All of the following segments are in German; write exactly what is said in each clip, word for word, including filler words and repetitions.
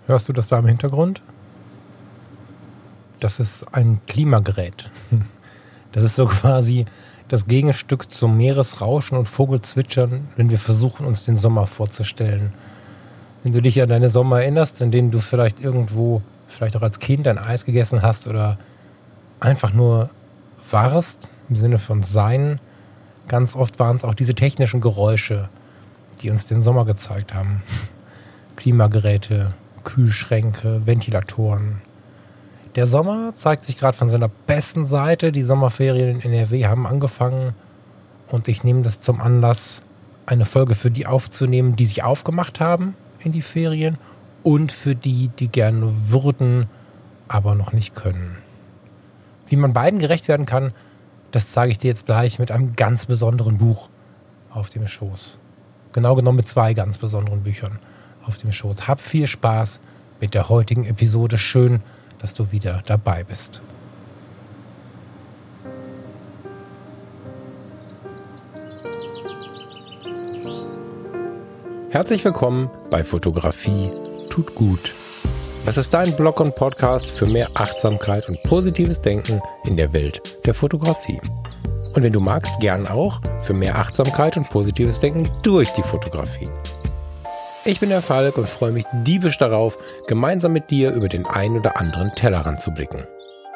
Hörst du das da im Hintergrund? Das ist ein Klimagerät. Das ist so quasi das Gegenstück zum Meeresrauschen und Vogelzwitschern, wenn wir versuchen, uns den Sommer vorzustellen. Wenn du dich an deine Sommer erinnerst, in denen du vielleicht irgendwo, vielleicht auch als Kind ein Eis gegessen hast oder einfach nur warst, im Sinne von sein, ganz oft waren es auch diese technischen Geräusche, die uns den Sommer gezeigt haben. Klimageräte, Kühlschränke, Ventilatoren. Der Sommer zeigt sich gerade von seiner besten Seite. Die Sommerferien in N R W haben angefangen und ich nehme das zum Anlass, eine Folge für die aufzunehmen, die sich aufgemacht haben in die Ferien und für die, die gerne würden, aber noch nicht können. Wie man beiden gerecht werden kann, das zeige ich dir jetzt gleich mit einem ganz besonderen Buch auf dem Schoß. Genau genommen mit zwei ganz besonderen Büchern auf dem Schoß. Hab viel Spaß mit der heutigen Episode. Schön, dass du wieder dabei bist. Herzlich willkommen bei Fotografie tut gut. Das ist dein Blog und Podcast für mehr Achtsamkeit und positives Denken in der Welt der Fotografie. Und wenn du magst, gern auch für mehr Achtsamkeit und positives Denken durch die Fotografie. Ich bin der Falk und freue mich diebisch darauf, gemeinsam mit dir über den ein oder anderen Tellerrand zu blicken.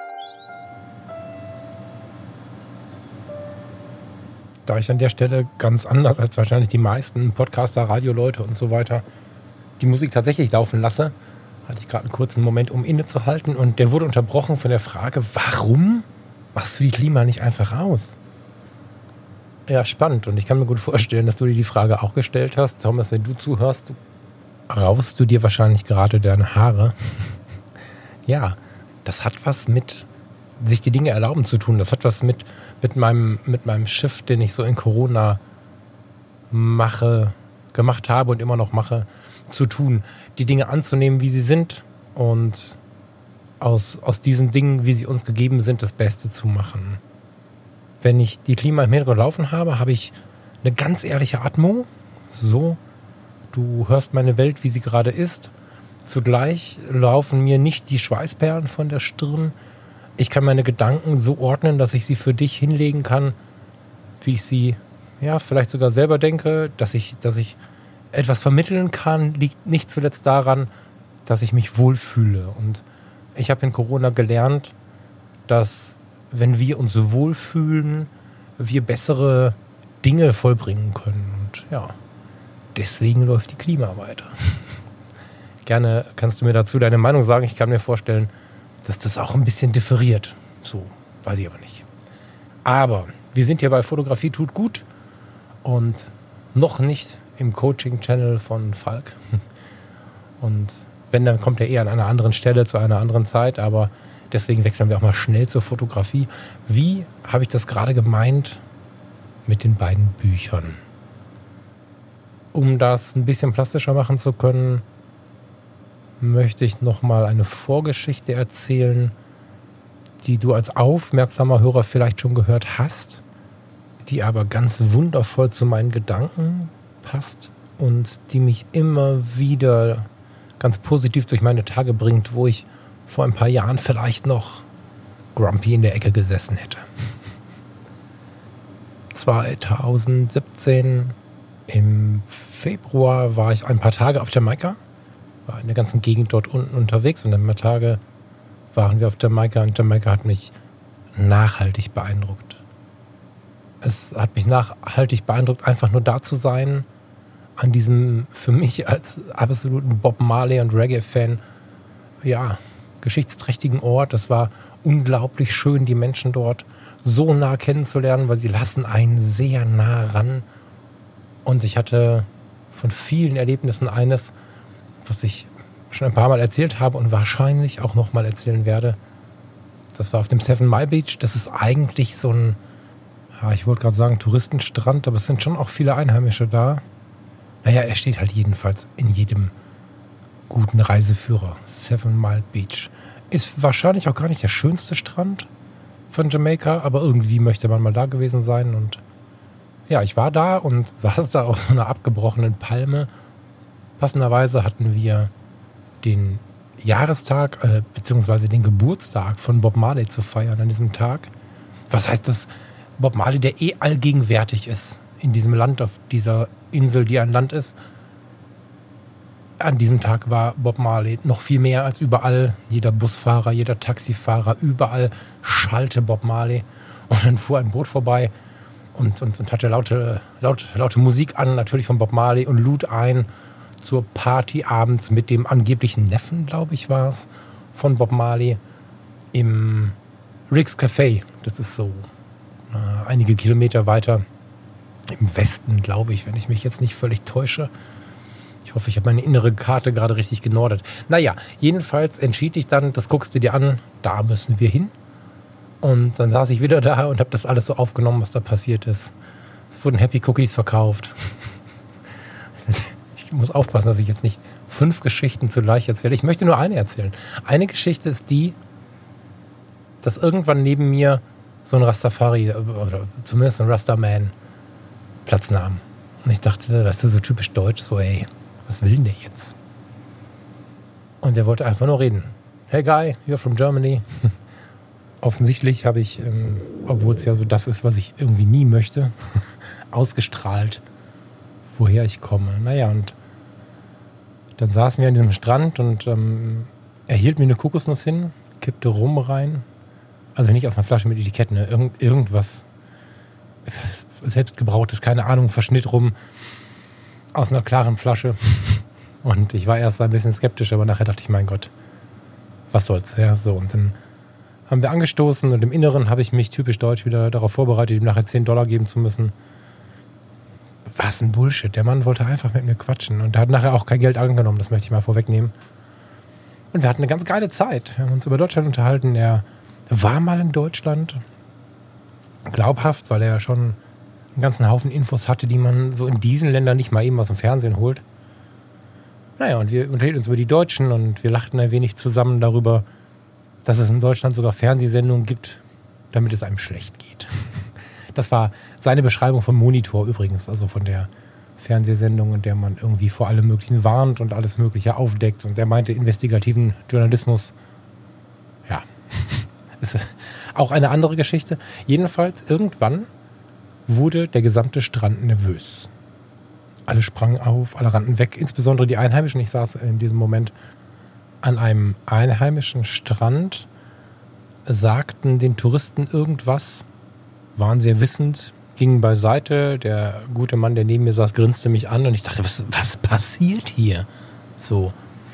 Da ich an der Stelle ganz anders als wahrscheinlich die meisten Podcaster, Radioleute und so weiter die Musik tatsächlich laufen lasse, hatte ich gerade einen kurzen Moment, um innezuhalten und der wurde unterbrochen von der Frage, warum machst du die Klima nicht einfach aus? Ja, spannend. Und ich kann mir gut vorstellen, dass du dir die Frage auch gestellt hast. Thomas, wenn du zuhörst, raust du dir wahrscheinlich gerade deine Haare. Ja, das hat was mit sich die Dinge erlauben zu tun. Das hat was mit, mit, meinem, mit meinem Shift, den ich so in Corona mache, gemacht habe und immer noch mache, zu tun. Die Dinge anzunehmen, wie sie sind und aus, aus diesen Dingen, wie sie uns gegeben sind, das Beste zu machen. Wenn ich die Klima im Hintergrund laufen habe, habe ich eine ganz ehrliche Atmung. So, du hörst meine Welt, wie sie gerade ist. Zugleich laufen mir nicht die Schweißperlen von der Stirn. Ich kann meine Gedanken so ordnen, dass ich sie für dich hinlegen kann, wie ich sie, ja, vielleicht sogar selber denke. Dass ich, dass ich etwas vermitteln kann, liegt nicht zuletzt daran, dass ich mich wohlfühle. Und ich habe in Corona gelernt, dass wenn wir uns wohlfühlen, wir bessere Dinge vollbringen können. Und ja, deswegen läuft die Klima weiter. Gerne kannst du mir dazu deine Meinung sagen. Ich kann mir vorstellen, dass das auch ein bisschen differiert. So, weiß ich aber nicht. Aber wir sind hier bei Fotografie tut gut und noch nicht im Coaching-Channel von Falk. Und wenn, dann kommt er eher an einer anderen Stelle zu einer anderen Zeit, aber deswegen wechseln wir auch mal schnell zur Fotografie. Wie habe ich das gerade gemeint mit den beiden Büchern? Um das ein bisschen plastischer machen zu können, möchte ich nochmal eine Vorgeschichte erzählen, die du als aufmerksamer Hörer vielleicht schon gehört hast, die aber ganz wundervoll zu meinen Gedanken passt und die mich immer wieder ganz positiv durch meine Tage bringt, wo ich vor ein paar Jahren vielleicht noch grumpy in der Ecke gesessen hätte. zwanzig siebzehn im Februar war ich ein paar Tage auf Jamaika, war in der ganzen Gegend dort unten unterwegs und ein paar Tage waren wir auf Jamaika und Jamaika hat mich nachhaltig beeindruckt. Es hat mich nachhaltig beeindruckt, einfach nur da zu sein, an diesem für mich als absoluten Bob Marley und Reggae-Fan, ja, geschichtsträchtigen Ort. Das war unglaublich schön, die Menschen dort so nah kennenzulernen, weil sie lassen einen sehr nah ran. Und ich hatte von vielen Erlebnissen eines, was ich schon ein paar Mal erzählt habe und wahrscheinlich auch noch mal erzählen werde. Das war auf dem Seven Mile Beach. Das ist eigentlich so ein, ja, ich wollte gerade sagen Touristenstrand, aber es sind schon auch viele Einheimische da. Naja, er steht halt jedenfalls in jedem guten Reiseführer. Seven Mile Beach. Ist wahrscheinlich auch gar nicht der schönste Strand von Jamaika, aber irgendwie möchte man mal da gewesen sein. Und ja, ich war da und saß da auf so einer abgebrochenen Palme. Passenderweise hatten wir den Jahrestag äh, beziehungsweise den Geburtstag von Bob Marley zu feiern an diesem Tag. Was heißt das? Bob Marley, der eh allgegenwärtig ist in diesem Land, auf dieser Insel, die ein Land ist. An diesem Tag war Bob Marley noch viel mehr als überall. Jeder Busfahrer, jeder Taxifahrer, überall schallte Bob Marley. Und dann fuhr ein Boot vorbei und, und, und hatte laute, laut, laute Musik an, natürlich von Bob Marley, und lud ein zur Party abends mit dem angeblichen Neffen, glaube ich, war es, von Bob Marley im Rick's Café. Das ist so äh, einige Kilometer weiter im Westen, glaube ich, wenn ich mich jetzt nicht völlig täusche. Ich hoffe, ich habe meine innere Karte gerade richtig genordet. Naja, jedenfalls entschied ich dann, das guckst du dir an, da müssen wir hin. Und dann saß ich wieder da und habe das alles so aufgenommen, was da passiert ist. Es wurden Happy Cookies verkauft. Ich muss aufpassen, dass ich jetzt nicht fünf Geschichten zugleich erzähle. Ich möchte nur eine erzählen. Eine Geschichte ist die, dass irgendwann neben mir so ein Rastafari, oder zumindest ein Rastaman, Platz nahm. Und ich dachte, das ist so typisch deutsch, so ey, was will denn der jetzt? Und der wollte einfach nur reden. Hey Guy, you're from Germany. Offensichtlich habe ich, ähm, obwohl es ja so das ist, was ich irgendwie nie möchte, ausgestrahlt, woher ich komme. Naja, und dann saßen wir an diesem Strand und ähm, er hielt mir eine Kokosnuss hin, kippte Rum rein. Also nicht aus einer Flasche mit Etiketten, ne? Irgend, irgendwas selbstgebrautes, keine Ahnung, Verschnitt Rum aus einer klaren Flasche. Und ich war erst ein bisschen skeptisch, aber nachher dachte ich, mein Gott, was soll's. Ja, so. Und dann haben wir angestoßen und im Inneren habe ich mich typisch deutsch wieder darauf vorbereitet, ihm nachher zehn Dollar geben zu müssen. Was ein Bullshit. Der Mann wollte einfach mit mir quatschen und er hat nachher auch kein Geld angenommen, das möchte ich mal vorwegnehmen. Und wir hatten eine ganz geile Zeit. Wir haben uns über Deutschland unterhalten. Er war mal in Deutschland. Glaubhaft, weil er ja schon einen ganzen Haufen Infos hatte, die man so in diesen Ländern nicht mal eben aus dem Fernsehen holt. Naja, und wir unterhielten uns über die Deutschen und wir lachten ein wenig zusammen darüber, dass es in Deutschland sogar Fernsehsendungen gibt, damit es einem schlecht geht. Das war seine Beschreibung vom Monitor übrigens, also von der Fernsehsendung, in der man irgendwie vor allem Möglichen warnt und alles Mögliche aufdeckt. Und er meinte investigativen Journalismus. Ja, ist auch eine andere Geschichte. Jedenfalls, irgendwann wurde der gesamte Strand nervös. Alle sprangen auf, alle rannten weg, insbesondere die Einheimischen. Ich saß in diesem Moment an einem einheimischen Strand, sagten den Touristen irgendwas, waren sehr wissend, gingen beiseite. Der gute Mann, der neben mir saß, grinste mich an und ich dachte, was, was passiert hier? So.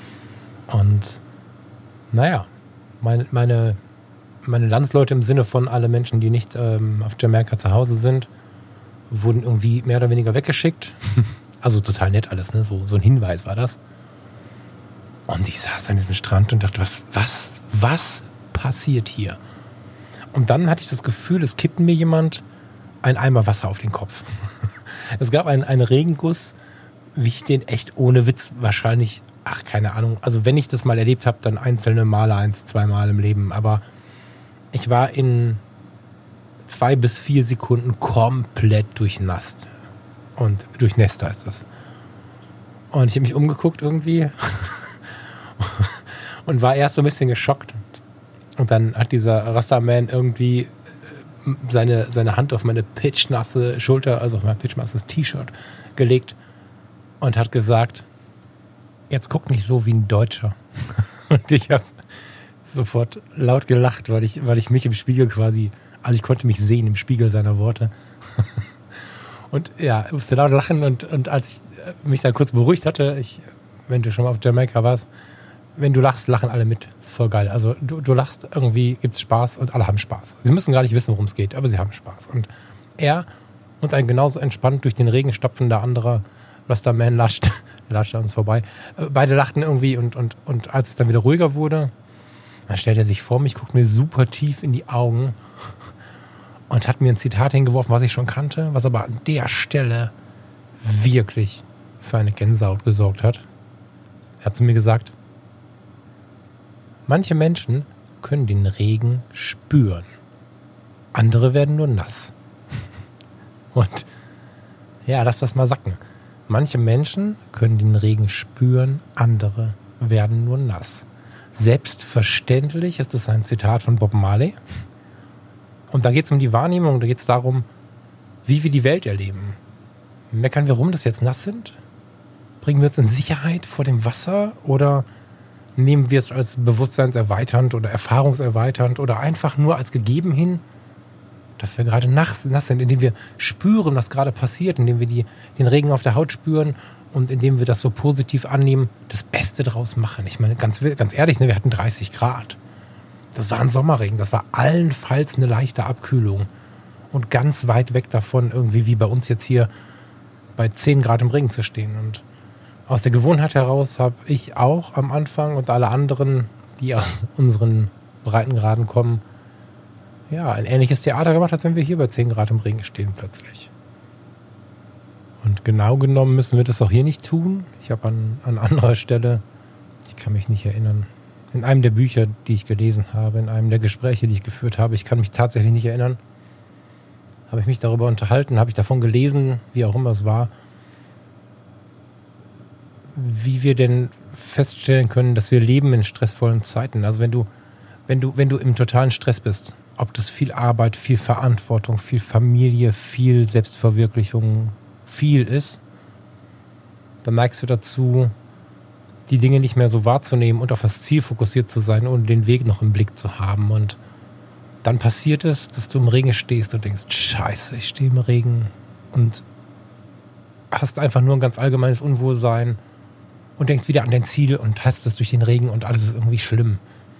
Und naja, meine, meine, meine Landsleute im Sinne von alle Menschen, die nicht ähm, auf Jamaika zu Hause sind, wurden irgendwie mehr oder weniger weggeschickt. Also total nett alles, ne? So, so ein Hinweis war das. Und ich saß an diesem Strand und dachte, was, was, was passiert hier? Und dann hatte ich das Gefühl, es kippt mir jemand ein Eimer Wasser auf den Kopf. Es gab einen, einen Regenguss, wie ich den echt ohne Witz wahrscheinlich, ach, keine Ahnung, also wenn ich das mal erlebt habe, dann einzelne Male, eins, zwei Mal im Leben. Aber ich war in zwei bis vier Sekunden komplett durchnasst. Und durchnässt heißt das. Und ich habe mich umgeguckt irgendwie und war erst so ein bisschen geschockt. Und dann hat dieser Rastaman irgendwie seine, seine Hand auf meine pitchnasse Schulter, also auf mein pitchnasses T-Shirt gelegt und hat gesagt, jetzt guck nicht so wie ein Deutscher. Und ich habe sofort laut gelacht, weil ich, weil ich mich im Spiegel quasi, also ich konnte mich sehen im Spiegel seiner Worte. Und ja, ich musste laut lachen und, und als ich mich dann kurz beruhigt hatte, ich, wenn du schon mal auf Jamaika warst, wenn du lachst, lachen alle mit. Das ist voll geil. Also du, du lachst, irgendwie gibt's Spaß und alle haben Spaß. Sie müssen gar nicht wissen, worum es geht, aber sie haben Spaß. Und er und ein genauso entspannt durch den Regen stapfender anderer Rastaman latscht, der latscht an uns vorbei. Beide lachten irgendwie und, und, und als es dann wieder ruhiger wurde, dann stellt er sich vor mich, guckt mir super tief in die Augen und hat mir ein Zitat hingeworfen, was ich schon kannte, was aber an der Stelle wirklich für eine Gänsehaut gesorgt hat. Er hat zu mir gesagt, manche Menschen können den Regen spüren. Andere werden nur nass. Und ja, lass das mal sacken. Manche Menschen können den Regen spüren, andere werden nur nass. Selbstverständlich ist das ein Zitat von Bob Marley. Und da geht es um die Wahrnehmung, da geht es darum, wie wir die Welt erleben. Meckern wir rum, dass wir jetzt nass sind? Bringen wir uns in Sicherheit vor dem Wasser? Oder nehmen wir es als bewusstseinserweiternd oder erfahrungserweiternd oder einfach nur als gegeben hin, dass wir gerade nass, nass sind, indem wir spüren, was gerade passiert, indem wir die, den Regen auf der Haut spüren und indem wir das so positiv annehmen, das Beste draus machen. Ich meine, ganz, ganz ehrlich, ne, wir hatten dreißig Grad. Das war ein Sommerregen, das war allenfalls eine leichte Abkühlung. Und ganz weit weg davon, irgendwie wie bei uns jetzt hier bei zehn Grad im Regen zu stehen. Und aus der Gewohnheit heraus habe ich auch am Anfang und alle anderen, die aus unseren Breitengraden kommen, ja, ein ähnliches Theater gemacht, als wenn wir hier bei zehn Grad im Regen stehen plötzlich. Und genau genommen müssen wir das auch hier nicht tun. Ich habe an, an anderer Stelle, ich kann mich nicht erinnern, in einem der Bücher, die ich gelesen habe, in einem der Gespräche, die ich geführt habe, ich kann mich tatsächlich nicht erinnern, habe ich mich darüber unterhalten, habe ich davon gelesen, wie auch immer es war, wie wir denn feststellen können, dass wir leben in stressvollen Zeiten. Also wenn du, wenn du, wenn du im totalen Stress bist, ob das viel Arbeit, viel Verantwortung, viel Familie, viel Selbstverwirklichung, viel ist, dann neigst du dazu, die Dinge nicht mehr so wahrzunehmen und auf das Ziel fokussiert zu sein und den Weg noch im Blick zu haben. Und dann passiert es, dass du im Regen stehst und denkst, scheiße, ich stehe im Regen und hast einfach nur ein ganz allgemeines Unwohlsein und denkst wieder an dein Ziel und hast es durch den Regen und alles ist irgendwie schlimm.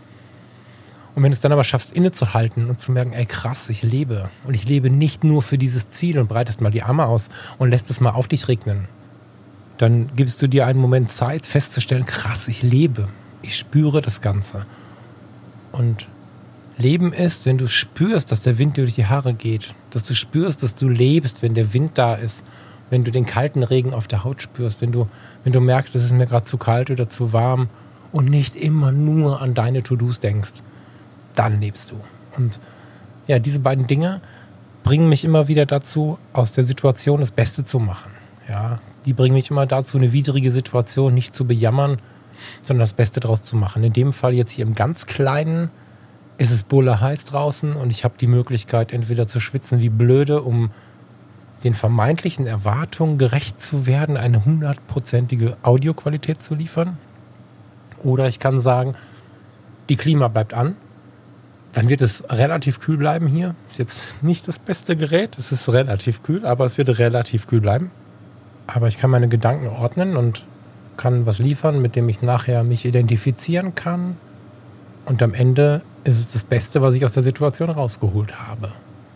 Und wenn du es dann aber schaffst, innezuhalten und zu merken, ey krass, ich lebe. Und ich lebe nicht nur für dieses Ziel und breitest mal die Arme aus und lässt es mal auf dich regnen. Dann gibst du dir einen Moment Zeit, festzustellen, krass, ich lebe. Ich spüre das Ganze. Und Leben ist, wenn du spürst, dass der Wind dir durch die Haare geht. Dass du spürst, dass du lebst, wenn der Wind da ist. Wenn du den kalten Regen auf der Haut spürst. Wenn du, wenn du merkst, es ist mir gerade zu kalt oder zu warm. Und nicht immer nur an deine To-Dos denkst. Dann lebst du. Und ja, diese beiden Dinge bringen mich immer wieder dazu, aus der Situation das Beste zu machen. Ja, die bringen mich immer dazu, eine widrige Situation nicht zu bejammern, sondern das Beste draus zu machen. In dem Fall jetzt hier im ganz Kleinen ist es bulle heiß draußen und ich habe die Möglichkeit, entweder zu schwitzen wie blöde, um den vermeintlichen Erwartungen gerecht zu werden, eine hundertprozentige Audioqualität zu liefern. Oder ich kann sagen, die Klima bleibt an. Dann wird es relativ kühl bleiben hier. Ist jetzt nicht das beste Gerät. Es ist relativ kühl, aber es wird relativ kühl bleiben. Aber ich kann meine Gedanken ordnen und kann was liefern, mit dem ich nachher mich identifizieren kann. Und am Ende ist es das Beste, was ich aus der Situation rausgeholt habe.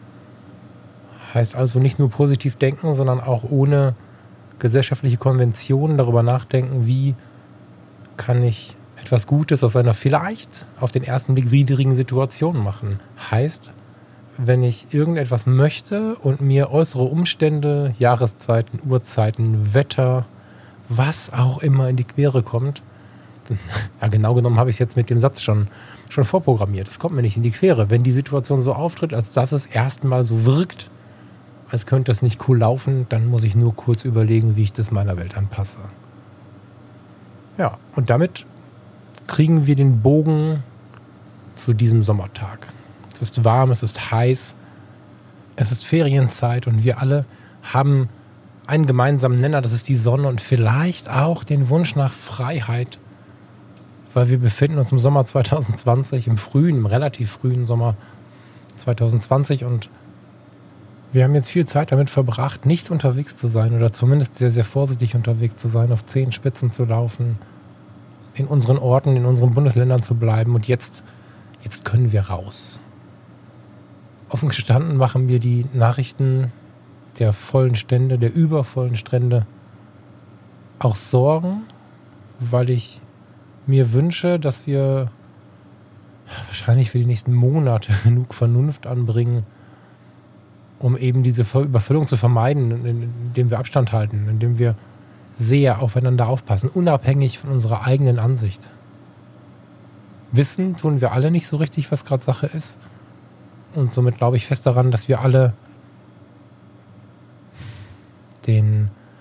Heißt also nicht nur positiv denken, sondern auch ohne gesellschaftliche Konventionen darüber nachdenken, wie kann ich etwas Gutes aus einer vielleicht auf den ersten Blick widrigen Situation machen. Heißt, wenn ich irgendetwas möchte und mir äußere Umstände, Jahreszeiten, Uhrzeiten, Wetter, was auch immer in die Quere kommt, dann, ja genau genommen habe ich es jetzt mit dem Satz schon, schon vorprogrammiert. Es kommt mir nicht in die Quere. Wenn die Situation so auftritt, als dass es erstmal so wirkt, als könnte es nicht cool laufen, dann muss ich nur kurz überlegen, wie ich das meiner Welt anpasse. Ja, und damit kriegen wir den Bogen zu diesem Sommertag. Es ist warm, es ist heiß, es ist Ferienzeit und wir alle haben einen gemeinsamen Nenner, das ist die Sonne und vielleicht auch den Wunsch nach Freiheit, weil wir befinden uns im Sommer zwanzig zwanzig, im frühen, im relativ frühen Sommer zwanzig zwanzig und wir haben jetzt viel Zeit damit verbracht, nicht unterwegs zu sein oder zumindest sehr, sehr vorsichtig unterwegs zu sein, auf Zehenspitzen zu laufen, in unseren Orten, in unseren Bundesländern zu bleiben und jetzt, jetzt können wir raus. Offen gestanden machen wir die Nachrichten der vollen Stände, der übervollen Strände auch Sorgen, weil ich mir wünsche, dass wir wahrscheinlich für die nächsten Monate genug Vernunft anbringen, um eben diese Überfüllung zu vermeiden, indem wir Abstand halten, indem wir sehr aufeinander aufpassen, unabhängig von unserer eigenen Ansicht. Wissen tun wir alle nicht so richtig, was gerade Sache ist. Und somit glaube ich fest daran, dass wir alle den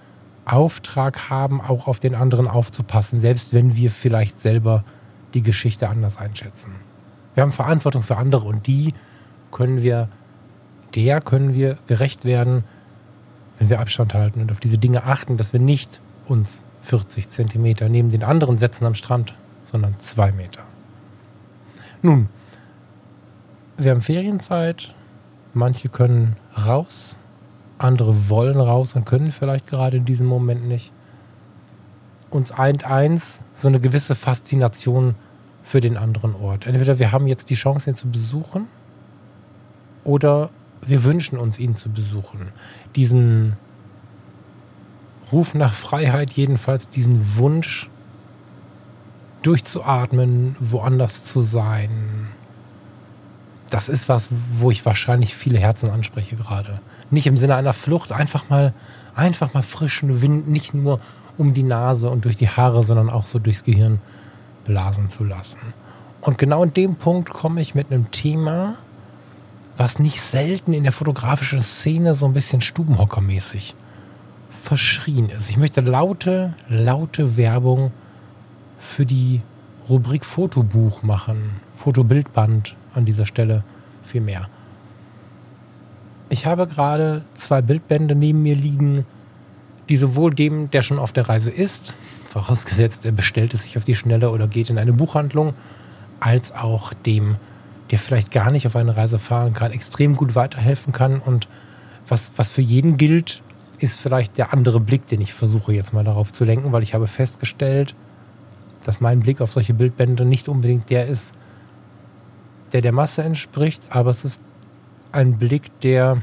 Auftrag haben, auch auf den anderen aufzupassen, selbst wenn wir vielleicht selber die Geschichte anders einschätzen. Wir haben Verantwortung für andere und die können wir, der können wir gerecht werden, wenn wir Abstand halten und auf diese Dinge achten, dass wir nicht uns vierzig Zentimeter neben den anderen setzen am Strand, sondern zwei Meter. Nun, wir haben Ferienzeit, manche können raus, andere wollen raus und können vielleicht gerade in diesem Moment nicht. Uns eint eins, so eine gewisse Faszination für den anderen Ort. Entweder wir haben jetzt die Chance, ihn zu besuchen, oder wir wünschen uns, ihn zu besuchen. Diesen Ruf nach Freiheit, jedenfalls diesen Wunsch, durchzuatmen, woanders zu sein. Das ist was, wo ich wahrscheinlich viele Herzen anspreche gerade. Nicht im Sinne einer Flucht, einfach mal, einfach mal frischen Wind, nicht nur um die Nase und durch die Haare, sondern auch so durchs Gehirn blasen zu lassen. Und genau in dem Punkt komme ich mit einem Thema, was nicht selten in der fotografischen Szene so ein bisschen stubenhockermäßig verschrien ist. Ich möchte laute, laute Werbung für die Rubrik Fotobuch machen, Fotobildband an dieser Stelle viel mehr. Ich habe gerade zwei Bildbände neben mir liegen, die sowohl dem, der schon auf der Reise ist, vorausgesetzt er bestellt es sich auf die Schnelle oder geht in eine Buchhandlung, als auch dem, der vielleicht gar nicht auf eine Reise fahren kann, extrem gut weiterhelfen kann. Und was, was für jeden gilt, ist vielleicht der andere Blick, den ich versuche jetzt mal darauf zu lenken, weil ich habe festgestellt, dass mein Blick auf solche Bildbände nicht unbedingt der ist, der der Masse entspricht, aber es ist ein Blick, der,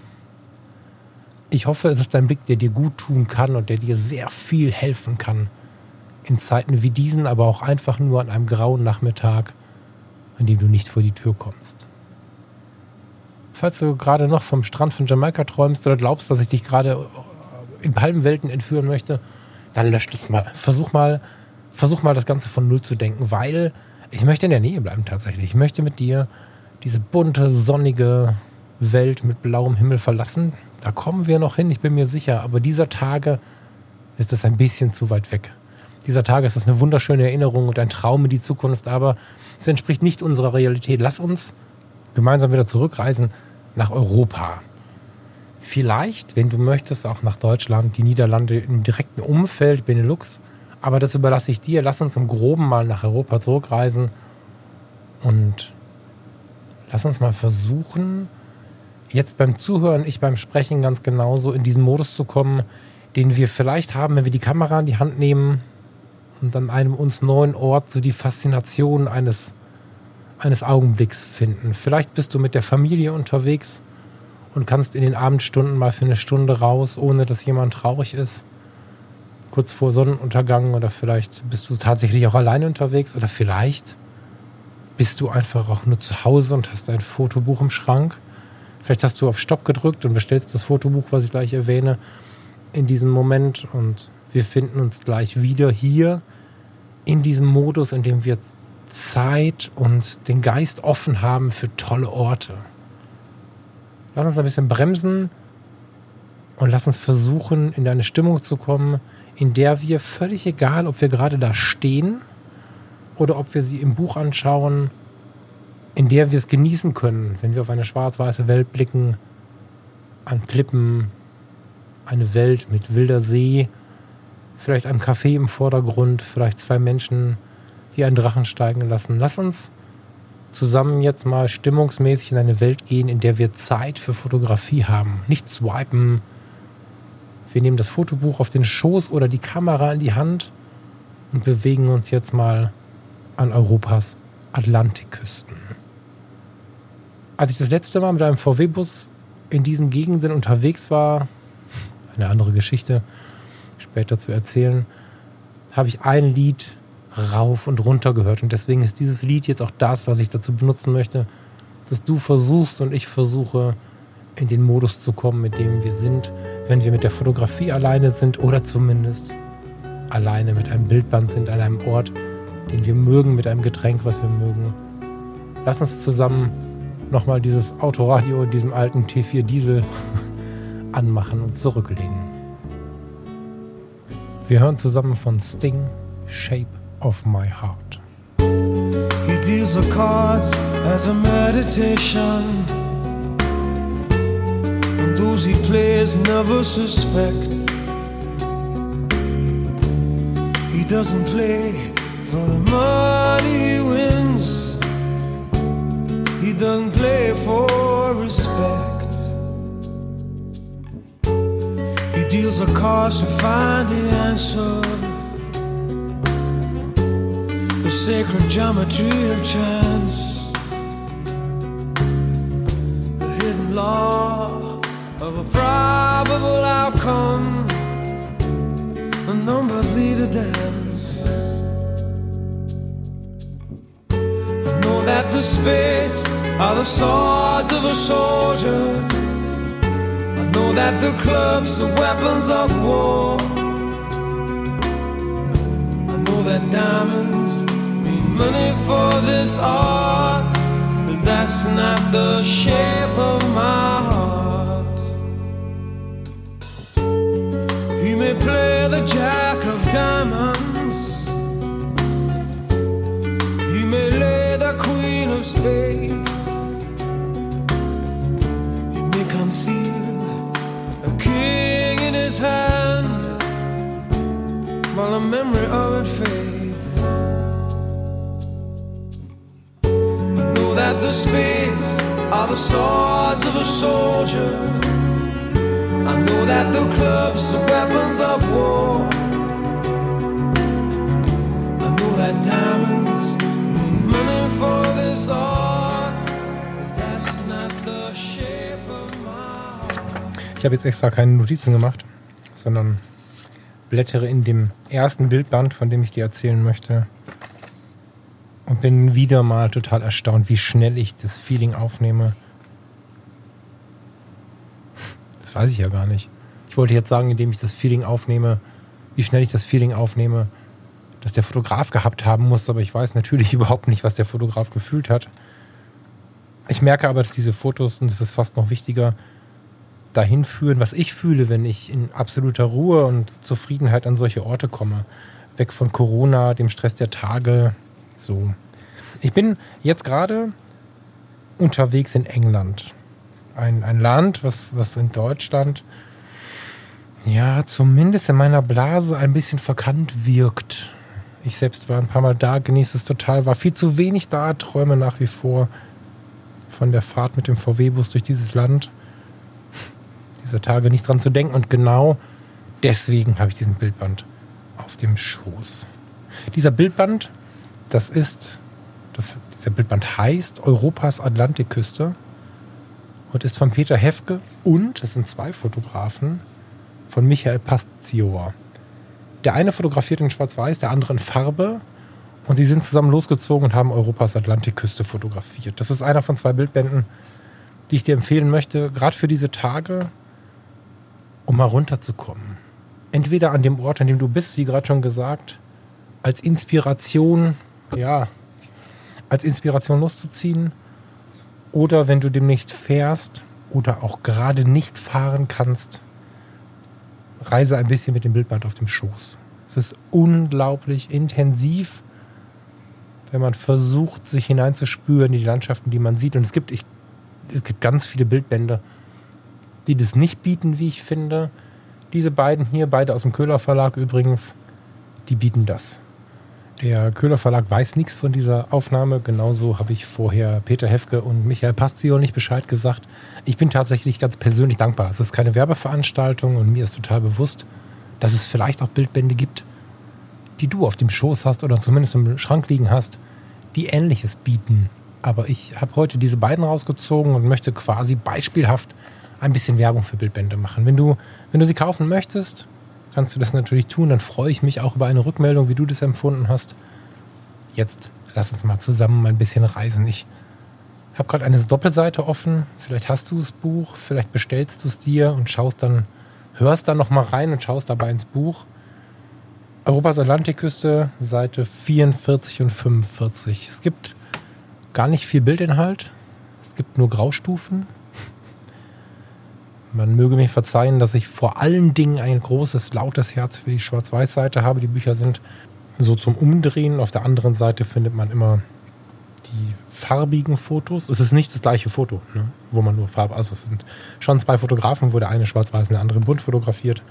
ich hoffe, es ist ein Blick, der dir gut tun kann und der dir sehr viel helfen kann in Zeiten wie diesen, aber auch einfach nur an einem grauen Nachmittag, an dem du nicht vor die Tür kommst. Falls du gerade noch vom Strand von Jamaika träumst oder glaubst, dass ich dich gerade in Palmenwelten entführen möchte, dann lösch das mal. Versuch mal, versuch mal das Ganze von Null zu denken, weil ich möchte in der Nähe bleiben tatsächlich. Ich möchte mit dir diese bunte, sonnige Welt mit blauem Himmel verlassen. Da kommen wir noch hin, ich bin mir sicher. Aber dieser Tage ist es ein bisschen zu weit weg. Dieser Tage ist es eine wunderschöne Erinnerung und ein Traum in die Zukunft, aber es entspricht nicht unserer Realität. Lass uns gemeinsam wieder zurückreisen nach Europa. Vielleicht, wenn du möchtest, auch nach Deutschland, die Niederlande im direkten Umfeld, Benelux. Aber das überlasse ich dir. Lass uns im Groben mal nach Europa zurückreisen und lass uns mal versuchen, jetzt beim Zuhören, ich beim Sprechen ganz genauso in diesen Modus zu kommen, den wir vielleicht haben, wenn wir die Kamera in die Hand nehmen und an einem uns neuen Ort so die Faszination eines, eines Augenblicks finden. Vielleicht bist du mit der Familie unterwegs und kannst in den Abendstunden mal für eine Stunde raus, ohne dass jemand traurig ist. Kurz vor Sonnenuntergang, oder vielleicht bist du tatsächlich auch alleine unterwegs, oder vielleicht bist du einfach auch nur zu Hause und hast ein Fotobuch im Schrank. Vielleicht hast du auf Stopp gedrückt und bestellst das Fotobuch, was ich gleich erwähne, in diesem Moment, und wir finden uns gleich wieder hier in diesem Modus, in dem wir Zeit und den Geist offen haben für tolle Orte. Lass uns ein bisschen bremsen und lass uns versuchen, in eine Stimmung zu kommen, in der wir, völlig egal, ob wir gerade da stehen oder ob wir sie im Buch anschauen, in der wir es genießen können, wenn wir auf eine schwarz-weiße Welt blicken, an Klippen, eine Welt mit wilder See, vielleicht ein Café im Vordergrund, vielleicht zwei Menschen, die einen Drachen steigen lassen. Lass uns zusammen jetzt mal stimmungsmäßig in eine Welt gehen, in der wir Zeit für Fotografie haben. Nicht swipen. Wir nehmen das Fotobuch auf den Schoß oder die Kamera in die Hand und bewegen uns jetzt mal an Europas Atlantikküsten. Als ich das letzte Mal mit einem V W-Bus in diesen Gegenden unterwegs war, eine andere Geschichte später zu erzählen, habe ich ein Lied rauf und runter gehört. Und deswegen ist dieses Lied jetzt auch das, was ich dazu benutzen möchte, dass du versuchst und ich versuche, in den Modus zu kommen, mit dem wir sind, wenn wir mit der Fotografie alleine sind oder zumindest alleine mit einem Bildband sind an einem Ort, den wir mögen, mit einem Getränk, was wir mögen. Lass uns zusammen nochmal dieses Autoradio in diesem alten T vier Diesel anmachen und zurücklehnen. Wir hören zusammen von Sting, Shape of My Heart. He deals the cards as a meditation, and those he plays never suspect. He doesn't play for the money he wins, he doesn't play for respect. He deals the cards to find the answer, the sacred geometry of chance, the hidden law of a probable outcome. The numbers lead a dance. I know that the spades are the swords of a soldier. I know that the clubs are weapons of war. I know that diamonds mean money for this art, but that's not the shape of my heart. He may play the jack of diamonds, he may lay the queen of spades, he may conceal a king in his hand while the memory of it fades. I know that the spades are the swords of a soldier. I know that the clubs are weapons of war. I know that diamonds mean money for this art, but that's not the shape of my heart. Ich habe jetzt extra keine Notizen gemacht, sondern blättere in dem ersten Bildband, von dem ich dir erzählen möchte, und bin wieder mal total erstaunt, wie schnell ich das Feeling aufnehme. Das weiß ich ja gar nicht. Ich wollte jetzt sagen, indem ich das Feeling aufnehme, wie schnell ich das Feeling aufnehme, das der Fotograf gehabt haben muss, aber ich weiß natürlich überhaupt nicht, was der Fotograf gefühlt hat. Ich merke aber, dass diese Fotos, und das ist fast noch wichtiger, dahin führen, was ich fühle, wenn ich in absoluter Ruhe und Zufriedenheit an solche Orte komme. Weg von Corona, dem Stress der Tage. So. Ich bin jetzt gerade unterwegs in England. Ein, ein Land, was, was in Deutschland ja zumindest in meiner Blase ein bisschen verkannt wirkt. Ich selbst war ein paar Mal da, genieße es total, war viel zu wenig da, träume nach wie vor von der Fahrt mit dem V W-Bus durch dieses Land. Dieser Tage nicht dran zu denken, und genau deswegen habe ich diesen Bildband auf dem Schoß. Dieser Bildband, das ist, das, dieser Bildband heißt Europas Atlantikküste und ist von Peter Hefke und, es sind zwei Fotografen, von Michael Pastior. Der eine fotografiert in Schwarz-Weiß, der andere in Farbe, und die sind zusammen losgezogen und haben Europas Atlantikküste fotografiert. Das ist einer von zwei Bildbänden, die ich dir empfehlen möchte, gerade für diese Tage, um mal runterzukommen. Entweder an dem Ort, an dem du bist, wie gerade schon gesagt, als Inspiration, ja, als Inspiration loszuziehen, oder wenn du demnächst fährst oder auch gerade nicht fahren kannst, reise ein bisschen mit dem Bildband auf dem Schoß. Es ist unglaublich intensiv, wenn man versucht, sich hineinzuspüren in die Landschaften, die man sieht. Und es gibt, ich, es gibt ganz viele Bildbände, die das nicht bieten, wie ich finde. Diese beiden hier, beide aus dem Köhler Verlag übrigens, die bieten das. Der Köhler Verlag weiß nichts von dieser Aufnahme. Genauso habe ich vorher Peter Hefke und Michael Pastior nicht Bescheid gesagt. Ich bin tatsächlich ganz persönlich dankbar. Es ist keine Werbeveranstaltung und mir ist total bewusst, dass es vielleicht auch Bildbände gibt, die du auf dem Schoß hast oder zumindest im Schrank liegen hast, die Ähnliches bieten. Aber ich habe heute diese beiden rausgezogen und möchte quasi beispielhaft ein bisschen Werbung für Bildbände machen. Wenn du, wenn du sie kaufen möchtest, kannst du das natürlich tun. Dann freue ich mich auch über eine Rückmeldung, wie du das empfunden hast. Jetzt lass uns mal zusammen ein bisschen reisen. Ich habe gerade eine Doppelseite offen. Vielleicht hast du das Buch, vielleicht bestellst du es dir und schaust dann, hörst dann noch mal rein und schaust dabei ins Buch. Europas Atlantikküste, Seite vierundvierzig und fünfundvierzig. Es gibt gar nicht viel Bildinhalt. Es gibt nur Graustufen. Man möge mir verzeihen, dass ich vor allen Dingen ein großes, lautes Herz für die Schwarz-Weiß-Seite habe. Die Bücher sind so zum Umdrehen. Auf der anderen Seite findet man immer die farbigen Fotos. Es ist nicht das gleiche Foto, ne? Wo man nur Farbe... Also es sind schon zwei Fotografen, wo der eine schwarz-weiß und der andere bunt fotografiert.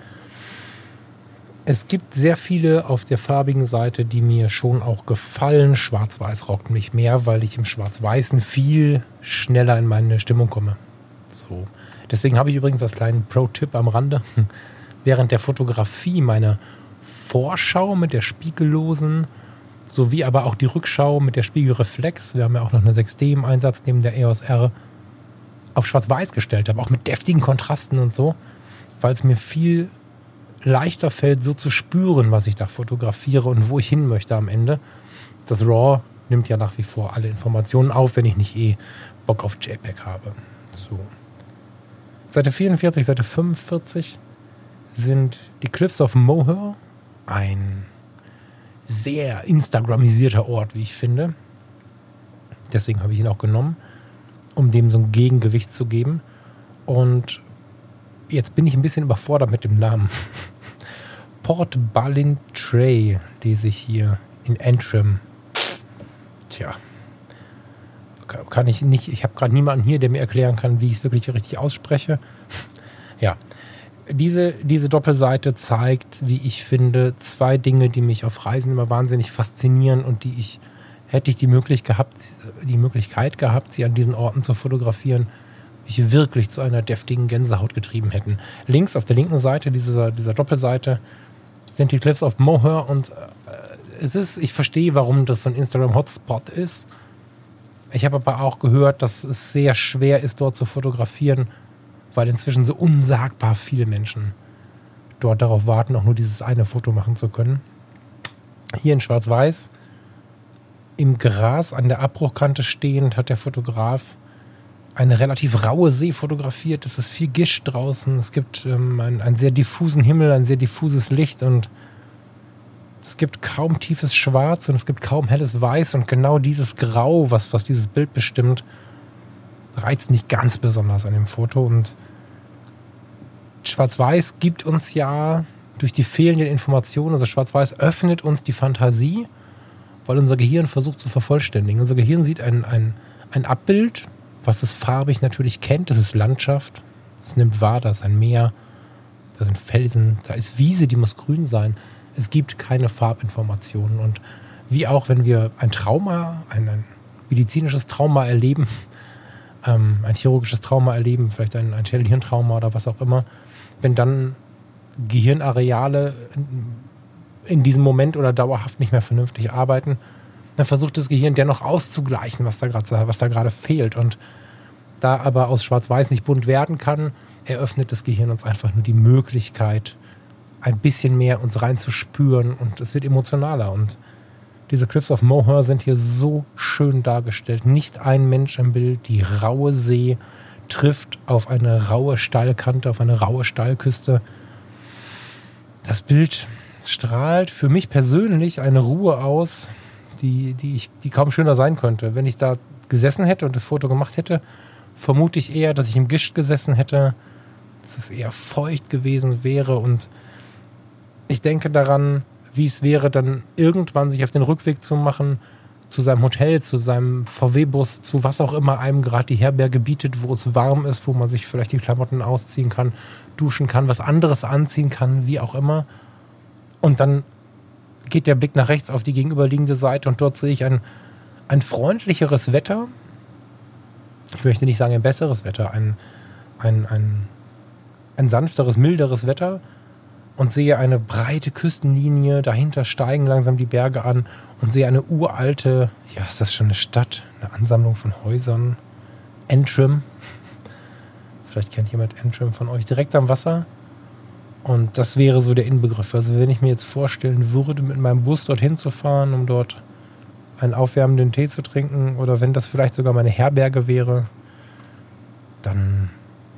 Es gibt sehr viele auf der farbigen Seite, die mir schon auch gefallen. Schwarz-Weiß rockt mich mehr, weil ich im Schwarz-Weißen viel schneller in meine Stimmung komme. So. Deswegen habe ich übrigens als kleinen Pro-Tipp am Rande während der Fotografie meine Vorschau mit der spiegellosen sowie aber auch die Rückschau mit der Spiegelreflex, wir haben ja auch noch eine sechs D im Einsatz neben der E O S R, auf Schwarz-Weiß gestellt habe, auch mit deftigen Kontrasten und so, weil es mir viel leichter fällt, so zu spüren, was ich da fotografiere und wo ich hin möchte am Ende. Das RAW nimmt ja nach wie vor alle Informationen auf, wenn ich nicht eh Bock auf JPEG habe. So. Seite vierundvierzig, Seite fünfundvierzig sind die Cliffs of Moher, ein sehr instagrammisierter Ort, wie ich finde. Deswegen habe ich ihn auch genommen, um dem so ein Gegengewicht zu geben. Und jetzt bin ich ein bisschen überfordert mit dem Namen. Port Balintray lese ich hier in Antrim. Tja, kann ich nicht. Ich habe gerade niemanden hier, der mir erklären kann, wie ich es wirklich richtig ausspreche. Ja. Diese, diese Doppelseite zeigt, wie ich finde, zwei Dinge, die mich auf Reisen immer wahnsinnig faszinieren und die ich, hätte ich die Möglichkeit gehabt, die Möglichkeit gehabt, sie an diesen Orten zu fotografieren, mich wirklich zu einer deftigen Gänsehaut getrieben hätten. Links auf der linken Seite dieser, dieser Doppelseite sind die Cliffs of Moher und äh, es ist, ich verstehe, warum das so ein Instagram-Hotspot ist. Ich habe aber auch gehört, dass es sehr schwer ist, dort zu fotografieren, weil inzwischen so unsagbar viele Menschen dort darauf warten, auch nur dieses eine Foto machen zu können. Hier in Schwarz-Weiß, im Gras an der Abbruchkante stehend, hat der Fotograf eine relativ raue See fotografiert. Es ist viel Gischt draußen. Es gibt ähm, einen, einen sehr diffusen Himmel, ein sehr diffuses Licht und es gibt kaum tiefes Schwarz und es gibt kaum helles Weiß und genau dieses Grau, was, was dieses Bild bestimmt, reizt nicht ganz besonders an dem Foto. Und Schwarz-Weiß gibt uns ja durch die fehlenden Informationen, also Schwarz-Weiß öffnet uns die Fantasie, weil unser Gehirn versucht zu vervollständigen. Unser Gehirn sieht ein, ein, ein Abbild, was es farbig natürlich kennt. Das ist Landschaft. Es nimmt wahr, da ist ein Meer, da sind Felsen, da ist Wiese, die muss grün sein. Es gibt keine Farbinformationen. Und wie auch, wenn wir ein Trauma, ein, ein medizinisches Trauma erleben, ähm, ein chirurgisches Trauma erleben, vielleicht ein, ein Schädelhirntrauma oder was auch immer, wenn dann Gehirnareale in, in diesem Moment oder dauerhaft nicht mehr vernünftig arbeiten, dann versucht das Gehirn dennoch auszugleichen, was da gerade was da gerade fehlt. Und da aber aus Schwarz-Weiß nicht bunt werden kann, eröffnet das Gehirn uns einfach nur die Möglichkeit, ein bisschen mehr uns reinzuspüren und es wird emotionaler. Und diese Cliffs of Moher sind hier so schön dargestellt. Nicht ein Mensch im Bild, die raue See trifft auf eine raue Steilkante, auf eine raue Steilküste. Das Bild strahlt für mich persönlich eine Ruhe aus, die, die, ich, die kaum schöner sein könnte. Wenn ich da gesessen hätte und das Foto gemacht hätte, vermute ich eher, dass ich im Gischt gesessen hätte, dass es eher feucht gewesen wäre. Und ich denke daran, wie es wäre, dann irgendwann sich auf den Rückweg zu machen, zu seinem Hotel, zu seinem V W-Bus, zu was auch immer einem gerade die Herberge bietet, wo es warm ist, wo man sich vielleicht die Klamotten ausziehen kann, duschen kann, was anderes anziehen kann, wie auch immer. Und dann geht der Blick nach rechts auf die gegenüberliegende Seite und dort sehe ich ein, ein freundlicheres Wetter. Ich möchte nicht sagen ein besseres Wetter, ein, ein, ein, ein sanfteres, milderes Wetter und sehe eine breite Küstenlinie, dahinter steigen langsam die Berge an und sehe eine uralte, ja, ist das schon eine Stadt, eine Ansammlung von Häusern, Antrim. Vielleicht kennt jemand Antrim von euch, direkt am Wasser. Und das wäre so der Inbegriff. Also wenn ich mir jetzt vorstellen würde, mit meinem Bus dorthin zu fahren, um dort einen aufwärmenden Tee zu trinken, oder wenn das vielleicht sogar meine Herberge wäre, dann,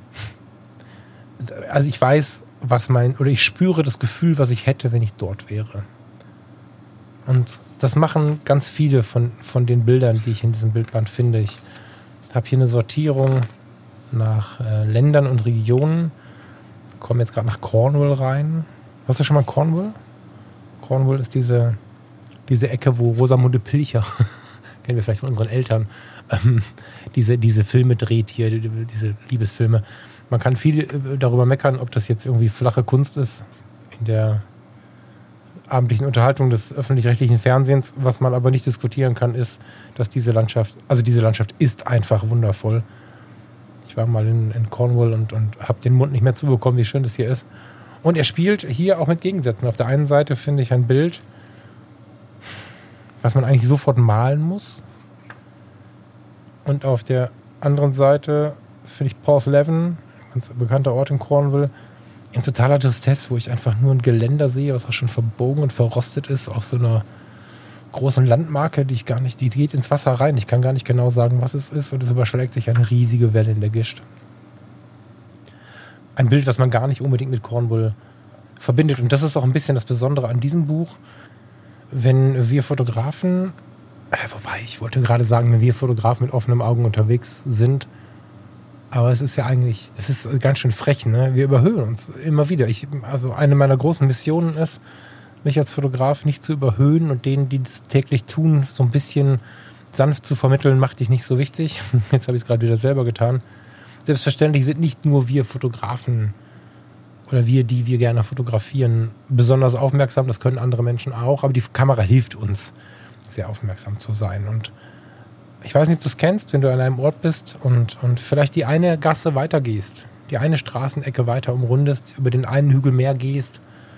also ich weiß, was mein, oder ich spüre das Gefühl, was ich hätte, wenn ich dort wäre. Und das machen ganz viele von, von den Bildern, die ich in diesem Bildband finde. Ich habe hier eine Sortierung nach äh, Ländern und Regionen. Kommen jetzt gerade nach Cornwall rein. Warst du schon mal in Cornwall? Cornwall ist diese, diese Ecke, wo Rosamunde Pilcher, kennen wir vielleicht von unseren Eltern, ähm, diese, diese Filme dreht hier, diese Liebesfilme. Man kann viel darüber meckern, ob das jetzt irgendwie flache Kunst ist in der abendlichen Unterhaltung des öffentlich-rechtlichen Fernsehens. Was man aber nicht diskutieren kann, ist, dass diese Landschaft, also diese Landschaft ist einfach wundervoll. Ich war mal in, in Cornwall und, und habe den Mund nicht mehr zubekommen, wie schön das hier ist. Und er spielt hier auch mit Gegensätzen. Auf der einen Seite finde ich ein Bild, was man eigentlich sofort malen muss. Und auf der anderen Seite finde ich Porthleven, ein ganz bekannter Ort in Cornwall, in totaler Tristesse, wo ich einfach nur ein Geländer sehe, was auch schon verbogen und verrostet ist, auf so einer großen Landmarke, die ich gar nicht, die geht ins Wasser rein. Ich kann gar nicht genau sagen, was es ist, und es überschlägt sich eine riesige Welle in der Gischt. Ein Bild, was man gar nicht unbedingt mit Cornwall verbindet. Und das ist auch ein bisschen das Besondere an diesem Buch. Wenn wir Fotografen, äh, wobei ich wollte gerade sagen, wenn wir Fotografen mit offenen Augen unterwegs sind, aber es ist ja eigentlich, es ist ganz schön frech, ne? Wir überhöhen uns immer wieder. Ich, also eine meiner großen Missionen ist, mich als Fotograf nicht zu überhöhen und denen, die das täglich tun, so ein bisschen sanft zu vermitteln, macht dich nicht so wichtig. Jetzt habe ich es gerade wieder selber getan. Selbstverständlich sind nicht nur wir Fotografen oder wir, die wir gerne fotografieren, besonders aufmerksam. Das können andere Menschen auch. Aber die Kamera hilft uns, sehr aufmerksam zu sein. Und ich weiß nicht, ob du es kennst, wenn du an einem Ort bist und, und vielleicht die eine Gasse weiter gehst, die eine Straßenecke weiter umrundest, über den einen Hügel mehr gehst,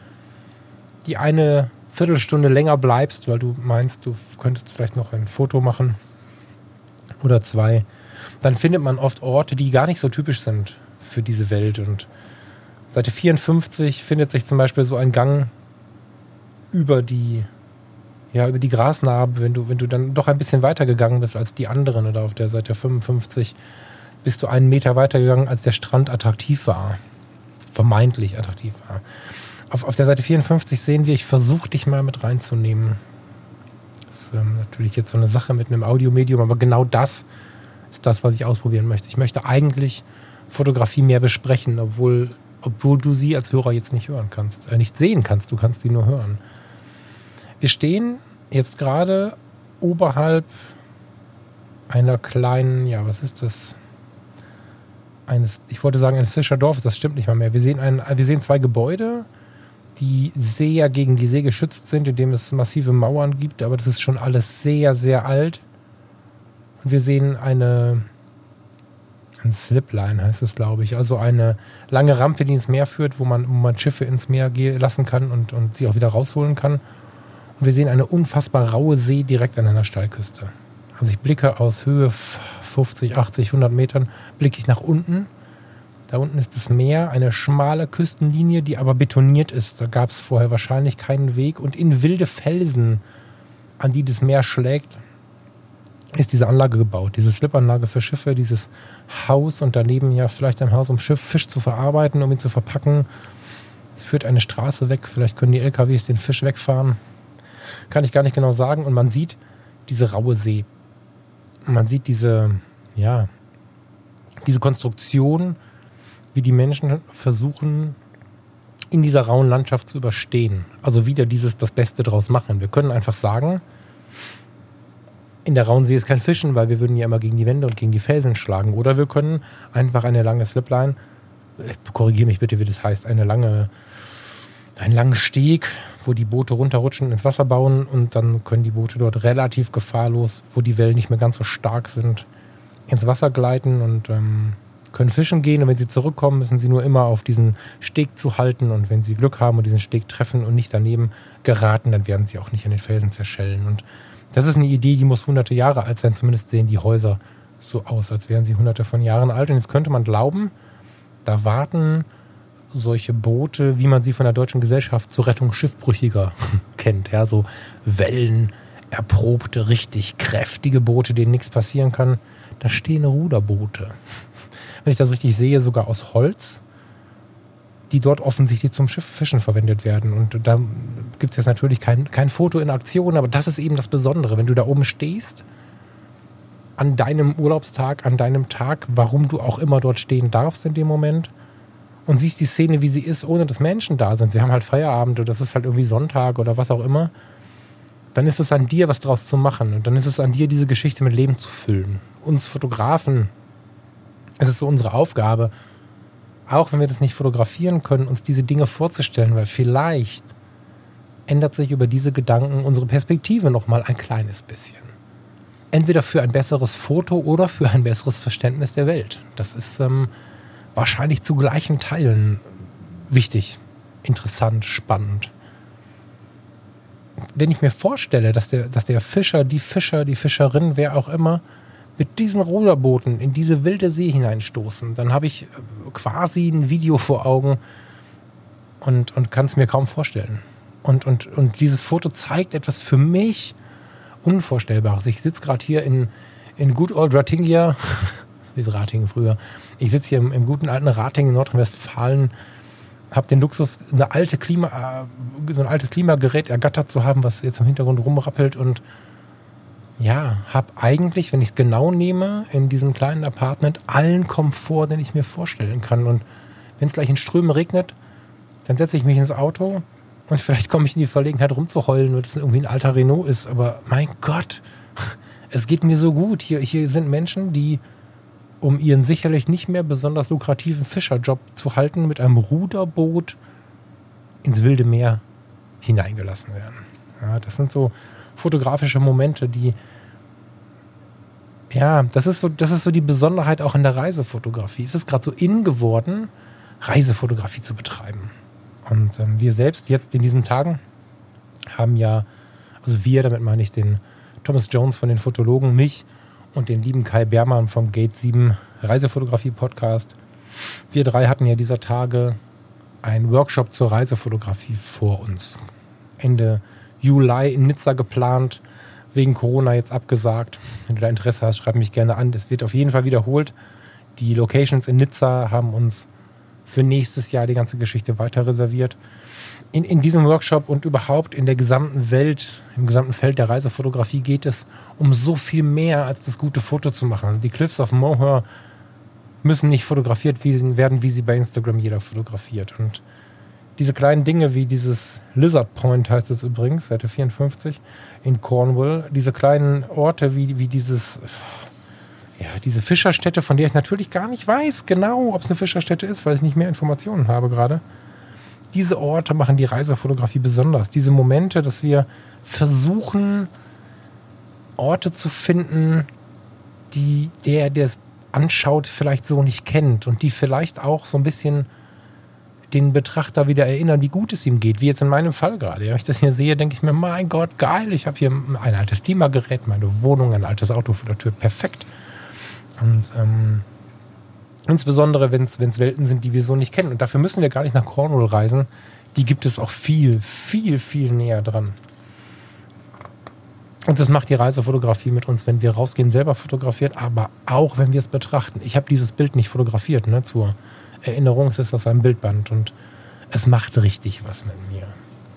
die eine Viertelstunde länger bleibst, weil du meinst, du könntest vielleicht noch ein Foto machen oder zwei, dann findet man oft Orte, die gar nicht so typisch sind für diese Welt. Und Seite vierundfünfzig findet sich zum Beispiel so ein Gang über die, ja, über die Grasnarbe, wenn du, wenn du dann doch ein bisschen weiter gegangen bist als die anderen, oder auf der Seite fünfundfünfzig bist du einen Meter weiter gegangen, als der Strand attraktiv war. Vermeintlich attraktiv war. Auf, auf der Seite vierundfünfzig sehen wir, ich versuche dich mal mit reinzunehmen. Das ist ähm, natürlich jetzt so eine Sache mit einem Audiomedium, aber genau das ist das, was ich ausprobieren möchte. Ich möchte eigentlich Fotografie mehr besprechen, obwohl, obwohl du sie als Hörer jetzt nicht hören kannst, äh, nicht sehen kannst, du kannst sie nur hören. Wir stehen jetzt gerade oberhalb einer kleinen, ja, was ist das? Eines, ich wollte sagen eines Fischerdorfes, das stimmt nicht mal mehr. Wir sehen, ein, wir sehen zwei Gebäude, die sehr gegen die See geschützt sind, indem es massive Mauern gibt, aber das ist schon alles sehr, sehr alt. Und wir sehen eine, ein Slipline heißt es, glaube ich, also eine lange Rampe, die ins Meer führt, wo man, wo man Schiffe ins Meer gehen lassen kann und, und sie auch wieder rausholen kann. Und wir sehen eine unfassbar raue See direkt an einer Steilküste. Also ich blicke aus Höhe fünfzig, achtzig, hundert Metern, blicke ich nach unten. Da unten ist das Meer, eine schmale Küstenlinie, die aber betoniert ist. Da gab es vorher wahrscheinlich keinen Weg. Und in wilde Felsen, an die das Meer schlägt, ist diese Anlage gebaut. Diese Slipanlage für Schiffe, dieses Haus und daneben ja vielleicht ein Haus, um Schiff, Fisch zu verarbeiten, um ihn zu verpacken. Es führt eine Straße weg. Vielleicht können die L K Ws den Fisch wegfahren. Kann ich gar nicht genau sagen. Und man sieht diese raue See. Man sieht diese, ja, diese Konstruktion, wie die Menschen versuchen, in dieser rauen Landschaft zu überstehen. Also wieder dieses das Beste draus machen. Wir können einfach sagen, in der rauen See ist kein Fischen, weil wir würden ja immer gegen die Wände und gegen die Felsen schlagen. Oder wir können einfach eine lange Slipline, korrigiere mich bitte, wie das heißt, eine lange, einen langen Steg, wo die Boote runterrutschen, ins Wasser bauen, und dann können die Boote dort relativ gefahrlos, wo die Wellen nicht mehr ganz so stark sind, ins Wasser gleiten und ähm, können fischen gehen. Und wenn sie zurückkommen, müssen sie nur immer auf diesen Steg zu halten, und wenn sie Glück haben und diesen Steg treffen und nicht daneben geraten, dann werden sie auch nicht an den Felsen zerschellen. Und das ist eine Idee, die muss hunderte Jahre alt sein. Zumindest sehen die Häuser so aus, als wären sie hunderte von Jahren alt. Und jetzt könnte man glauben, da warten solche Boote, wie man sie von der Deutschen Gesellschaft zur Rettung Schiffbrüchiger kennt. Ja, so wellenerprobte, richtig kräftige Boote, denen nichts passieren kann. Da stehen Ruderboote. Wenn ich das richtig sehe, sogar aus Holz, die dort offensichtlich zum Schifffischen verwendet werden. Und da gibt es jetzt natürlich kein, kein Foto in Aktion, aber das ist eben das Besondere. Wenn du da oben stehst an deinem Urlaubstag, an deinem Tag, warum du auch immer dort stehen darfst in dem Moment und siehst die Szene, wie sie ist, ohne dass Menschen da sind. Sie haben halt Feierabend oder das ist halt irgendwie Sonntag oder was auch immer. Dann ist es an dir, was draus zu machen. Und dann ist es an dir, diese Geschichte mit Leben zu füllen. Uns Fotografen, es ist so unsere Aufgabe, auch wenn wir das nicht fotografieren können, uns diese Dinge vorzustellen, weil vielleicht ändert sich über diese Gedanken unsere Perspektive nochmal ein kleines bisschen. Entweder für ein besseres Foto oder für ein besseres Verständnis der Welt. Das ist ähm, wahrscheinlich zu gleichen Teilen wichtig, interessant, spannend. Wenn ich mir vorstelle, dass der, dass der Fischer, die Fischer, die Fischerin, wer auch immer, mit diesen Ruderbooten in diese wilde See hineinstoßen, dann habe ich quasi ein Video vor Augen und, und kann es mir kaum vorstellen. Und, und, und dieses Foto zeigt etwas für mich Unvorstellbares. Ich sitze gerade hier in, in Good Old Ratingia, wie ist Ratingen früher, ich sitze hier im, im guten alten Ratingen in Nordrhein-Westfalen, habe den Luxus, eine alte Klima, so ein altes Klimagerät ergattert zu haben, was jetzt im Hintergrund rumrappelt und ja, habe eigentlich, wenn ich es genau nehme, in diesem kleinen Apartment allen Komfort, den ich mir vorstellen kann. Und wenn es gleich in Strömen regnet, dann setze ich mich ins Auto und vielleicht komme ich in die Verlegenheit rumzuheulen, weil das irgendwie ein alter Renault ist. Aber mein Gott, es geht mir so gut. Hier, hier sind Menschen, die, um ihren sicherlich nicht mehr besonders lukrativen Fischerjob zu halten, mit einem Ruderboot ins wilde Meer hineingelassen werden. Ja, das sind so fotografische Momente, die, ja, das ist so, das ist so die Besonderheit auch in der Reisefotografie. Es ist gerade so in geworden, Reisefotografie zu betreiben. Und ähm, wir selbst jetzt in diesen Tagen haben ja, also wir, damit meine ich den Thomas Jones von den Fotologen, mich und den lieben Kai Beermann vom Gate sieben Reisefotografie-Podcast. Wir drei hatten ja dieser Tage einen Workshop zur Reisefotografie vor uns. Ende Juli in Nizza geplant, wegen Corona jetzt abgesagt. Wenn du da Interesse hast, schreib mich gerne an. Das wird auf jeden Fall wiederholt. Die Locations in Nizza haben uns für nächstes Jahr die ganze Geschichte weiter reserviert. In, in diesem Workshop und überhaupt in der gesamten Welt, im gesamten Feld der Reisefotografie geht es um so viel mehr als das gute Foto zu machen. Die Cliffs of Moher müssen nicht fotografiert werden, wie sie bei Instagram jeder fotografiert. Und diese kleinen Dinge wie dieses Lizard Point heißt es übrigens, Seite vierundfünfzig in Cornwall, diese kleinen Orte wie, wie dieses, ja, diese Fischerstätte, von der ich natürlich gar nicht weiß genau, ob es eine Fischerstätte ist, weil ich nicht mehr Informationen habe gerade. Diese Orte machen die Reisefotografie besonders. Diese Momente, dass wir versuchen, Orte zu finden, die der, der es anschaut, vielleicht so nicht kennt und die vielleicht auch so ein bisschen den Betrachter wieder erinnern, wie gut es ihm geht, wie jetzt in meinem Fall gerade. Wenn ich das hier sehe, denke ich mir, mein Gott, geil, ich habe hier ein altes Klimagerät, meine Wohnung, ein altes Auto vor der Tür, perfekt. Und ähm, insbesondere, wenn es Welten sind, die wir so nicht kennen. Und dafür müssen wir gar nicht nach Cornwall reisen. Die gibt es auch viel, viel, viel näher dran. Und das macht die Reisefotografie mit uns, wenn wir rausgehen, selber fotografiert, aber auch, wenn wir es betrachten. Ich habe dieses Bild nicht fotografiert, ne, zur Erinnerung, es ist aus einem Bildband und es macht richtig was mit mir.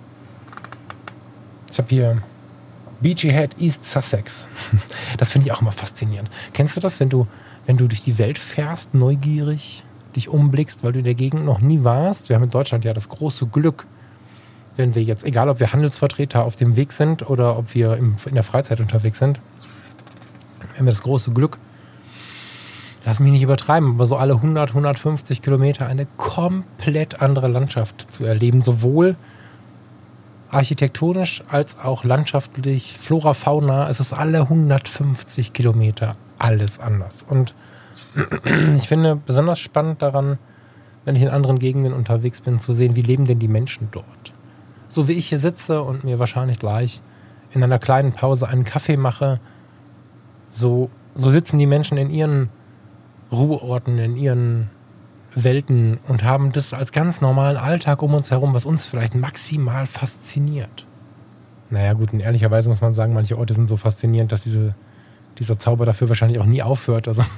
Ich habe hier Beachy Head, East Sussex. Das finde ich auch immer faszinierend. Kennst du das, wenn du, wenn du durch die Welt fährst, neugierig, dich umblickst, weil du in der Gegend noch nie warst? Wir haben in Deutschland ja das große Glück, wenn wir jetzt, egal ob wir Handelsvertreter auf dem Weg sind oder ob wir im, in der Freizeit unterwegs sind, haben wir das große Glück, lass mich nicht übertreiben, aber so alle hundert, hundertfünfzig Kilometer eine komplett andere Landschaft zu erleben, sowohl architektonisch als auch landschaftlich, Flora, Fauna, es ist alle hundertfünfzig Kilometer alles anders. Und ich finde besonders spannend daran, wenn ich in anderen Gegenden unterwegs bin, zu sehen, wie leben denn die Menschen dort. So wie ich hier sitze und mir wahrscheinlich gleich in einer kleinen Pause einen Kaffee mache, so, so sitzen die Menschen in ihren Ruheorten, in ihren Welten und haben das als ganz normalen Alltag um uns herum, was uns vielleicht maximal fasziniert. Naja gut, und ehrlicherweise muss man sagen, manche Orte sind so faszinierend, dass diese, dieser Zauber dafür wahrscheinlich auch nie aufhört. Also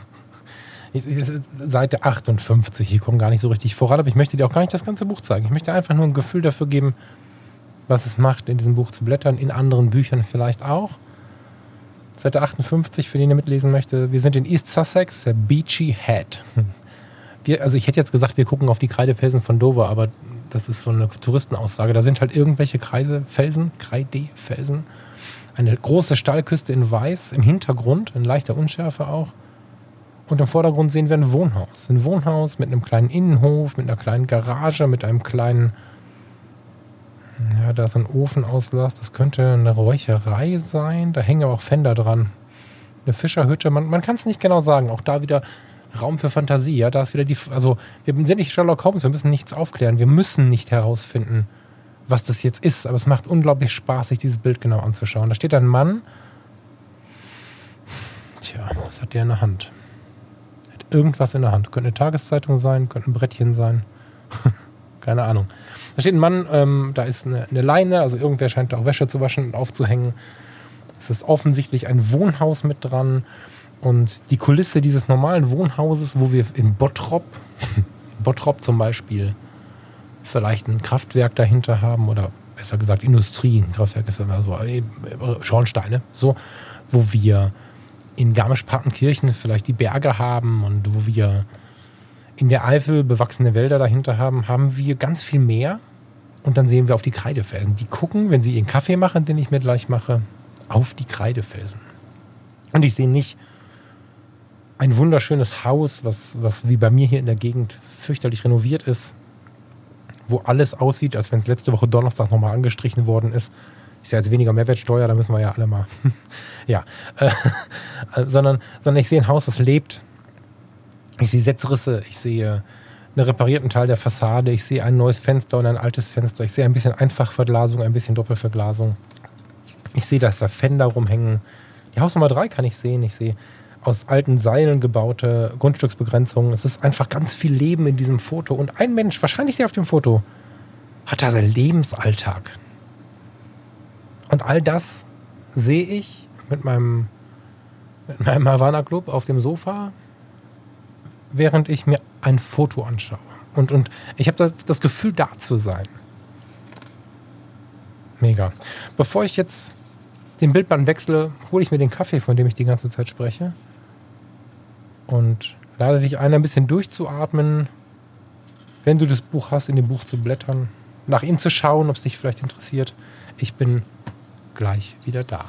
Seite achtundfünfzig, ich komme gar nicht so richtig voran, aber ich möchte dir auch gar nicht das ganze Buch zeigen. Ich möchte einfach nur ein Gefühl dafür geben, was es macht, in diesem Buch zu blättern, in anderen Büchern vielleicht auch. Seite achtundfünfzig, für den ihr mitlesen möchte. Wir sind in East Sussex, der Beachy Head. Wir, also ich hätte jetzt gesagt, wir gucken auf die Kreidefelsen von Dover, aber das ist so eine Touristenaussage. Da sind halt irgendwelche Kreidefelsen, Kreidefelsen. Eine große Steilküste in Weiß im Hintergrund, in leichter Unschärfe auch. Und im Vordergrund sehen wir ein Wohnhaus. Ein Wohnhaus mit einem kleinen Innenhof, mit einer kleinen Garage, mit einem kleinen, ja, da ist ein Ofenauslass. Das könnte eine Räucherei sein. Da hängen aber auch Fender dran. Eine Fischerhütte, man, man kann es nicht genau sagen. Auch da wieder Raum für Fantasie. Ja, da ist wieder die, also wir sind nicht Sherlock Holmes, wir müssen nichts aufklären. Wir müssen nicht herausfinden, was das jetzt ist. Aber es macht unglaublich Spaß, sich dieses Bild genau anzuschauen. Da steht ein Mann. Tja, was hat der in der Hand? Irgendwas in der Hand. Könnte eine Tageszeitung sein, könnte ein Brettchen sein. Keine Ahnung. Da steht ein Mann, ähm, da ist eine, eine Leine, also irgendwer scheint da auch Wäsche zu waschen und aufzuhängen. Es ist offensichtlich ein Wohnhaus mit dran. Und die Kulisse dieses normalen Wohnhauses, wo wir in Bottrop, Bottrop zum Beispiel, vielleicht ein Kraftwerk dahinter haben oder besser gesagt Industrie, ein Kraftwerk ist also äh, Schornsteine, so, wo wir in Garmisch-Partenkirchen vielleicht die Berge haben und wo wir in der Eifel bewachsene Wälder dahinter haben, haben wir ganz viel mehr. Und dann sehen wir auf die Kreidefelsen. Die gucken, wenn sie ihren Kaffee machen, den ich mir gleich mache, auf die Kreidefelsen. Und ich sehe nicht ein wunderschönes Haus, was, was wie bei mir hier in der Gegend fürchterlich renoviert ist, wo alles aussieht, als wenn es letzte Woche Donnerstag nochmal angestrichen worden ist. Ist ja jetzt weniger Mehrwertsteuer, da müssen wir ja alle mal. ja. Äh, sondern, sondern ich sehe ein Haus, das lebt. Ich sehe Setzrisse, ich sehe einen reparierten Teil der Fassade, ich sehe ein neues Fenster und ein altes Fenster, ich sehe ein bisschen Einfachverglasung, ein bisschen Doppelverglasung. Ich sehe, dass da Fender rumhängen. Die Hausnummer drei kann ich sehen. Ich sehe aus alten Seilen gebaute Grundstücksbegrenzungen. Es ist einfach ganz viel Leben in diesem Foto. Und ein Mensch, wahrscheinlich der auf dem Foto, hat da seinen Lebensalltag. Und all das sehe ich mit meinem, mit meinem Havana Club auf dem Sofa, während ich mir ein Foto anschaue. Und, und ich habe das, das Gefühl, da zu sein. Mega. Bevor ich jetzt den Bildband wechsle, hole ich mir den Kaffee, von dem ich die ganze Zeit spreche. Und lade dich ein, ein bisschen durchzuatmen, wenn du das Buch hast, in dem Buch zu blättern, nach ihm zu schauen, ob es dich vielleicht interessiert. Ich bin gleich wieder da.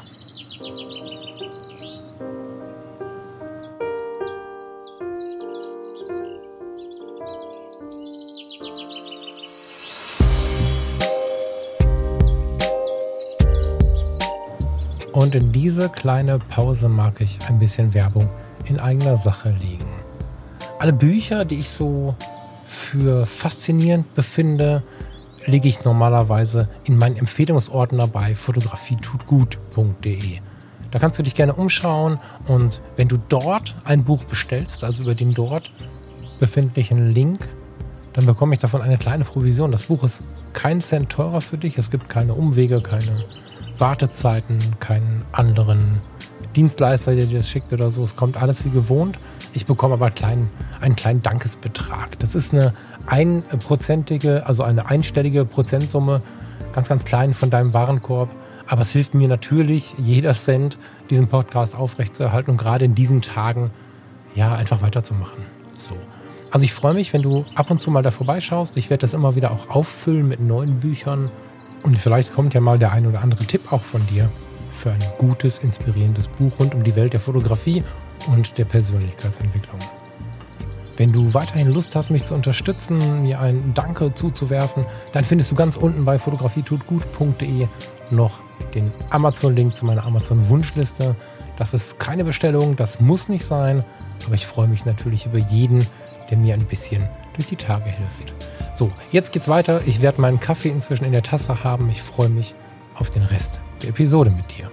Und in diese kleine Pause mag ich ein bisschen Werbung in eigener Sache legen. Alle Bücher, die ich so für faszinierend befinde, lege ich normalerweise in meinen Empfehlungsordner bei fotografie tut gut punkt de. Da kannst du dich gerne umschauen und wenn du dort ein Buch bestellst, also über den dort befindlichen Link, dann bekomme ich davon eine kleine Provision. Das Buch ist kein Cent teurer für dich, es gibt keine Umwege, keine Wartezeiten, keinen anderen Dienstleister, der dir das schickt oder so. Es kommt alles wie gewohnt. Ich bekomme aber einen kleinen, einen kleinen Dankesbetrag. Das ist eine einprozentige, also eine einstellige Prozentsumme, ganz, ganz klein von deinem Warenkorb. Aber es hilft mir natürlich, jeder Cent, diesen Podcast aufrechtzuerhalten und gerade in diesen Tagen, ja, einfach weiterzumachen. So. Also ich freue mich, wenn du ab und zu mal da vorbeischaust. Ich werde das immer wieder auch auffüllen mit neuen Büchern. Und vielleicht kommt ja mal der ein oder andere Tipp auch von dir für ein gutes, inspirierendes Buch rund um die Welt der Fotografie und der Persönlichkeitsentwicklung. Wenn du weiterhin Lust hast, mich zu unterstützen, mir ein Danke zuzuwerfen, dann findest du ganz unten bei fotografie tut gut punkt de noch den Amazon-Link zu meiner Amazon-Wunschliste. Das ist keine Bestellung, das muss nicht sein, aber ich freue mich natürlich über jeden, der mir ein bisschen durch die Tage hilft. So, jetzt geht's weiter. Ich werde meinen Kaffee inzwischen in der Tasse haben. Ich freue mich auf den Rest der Episode mit dir.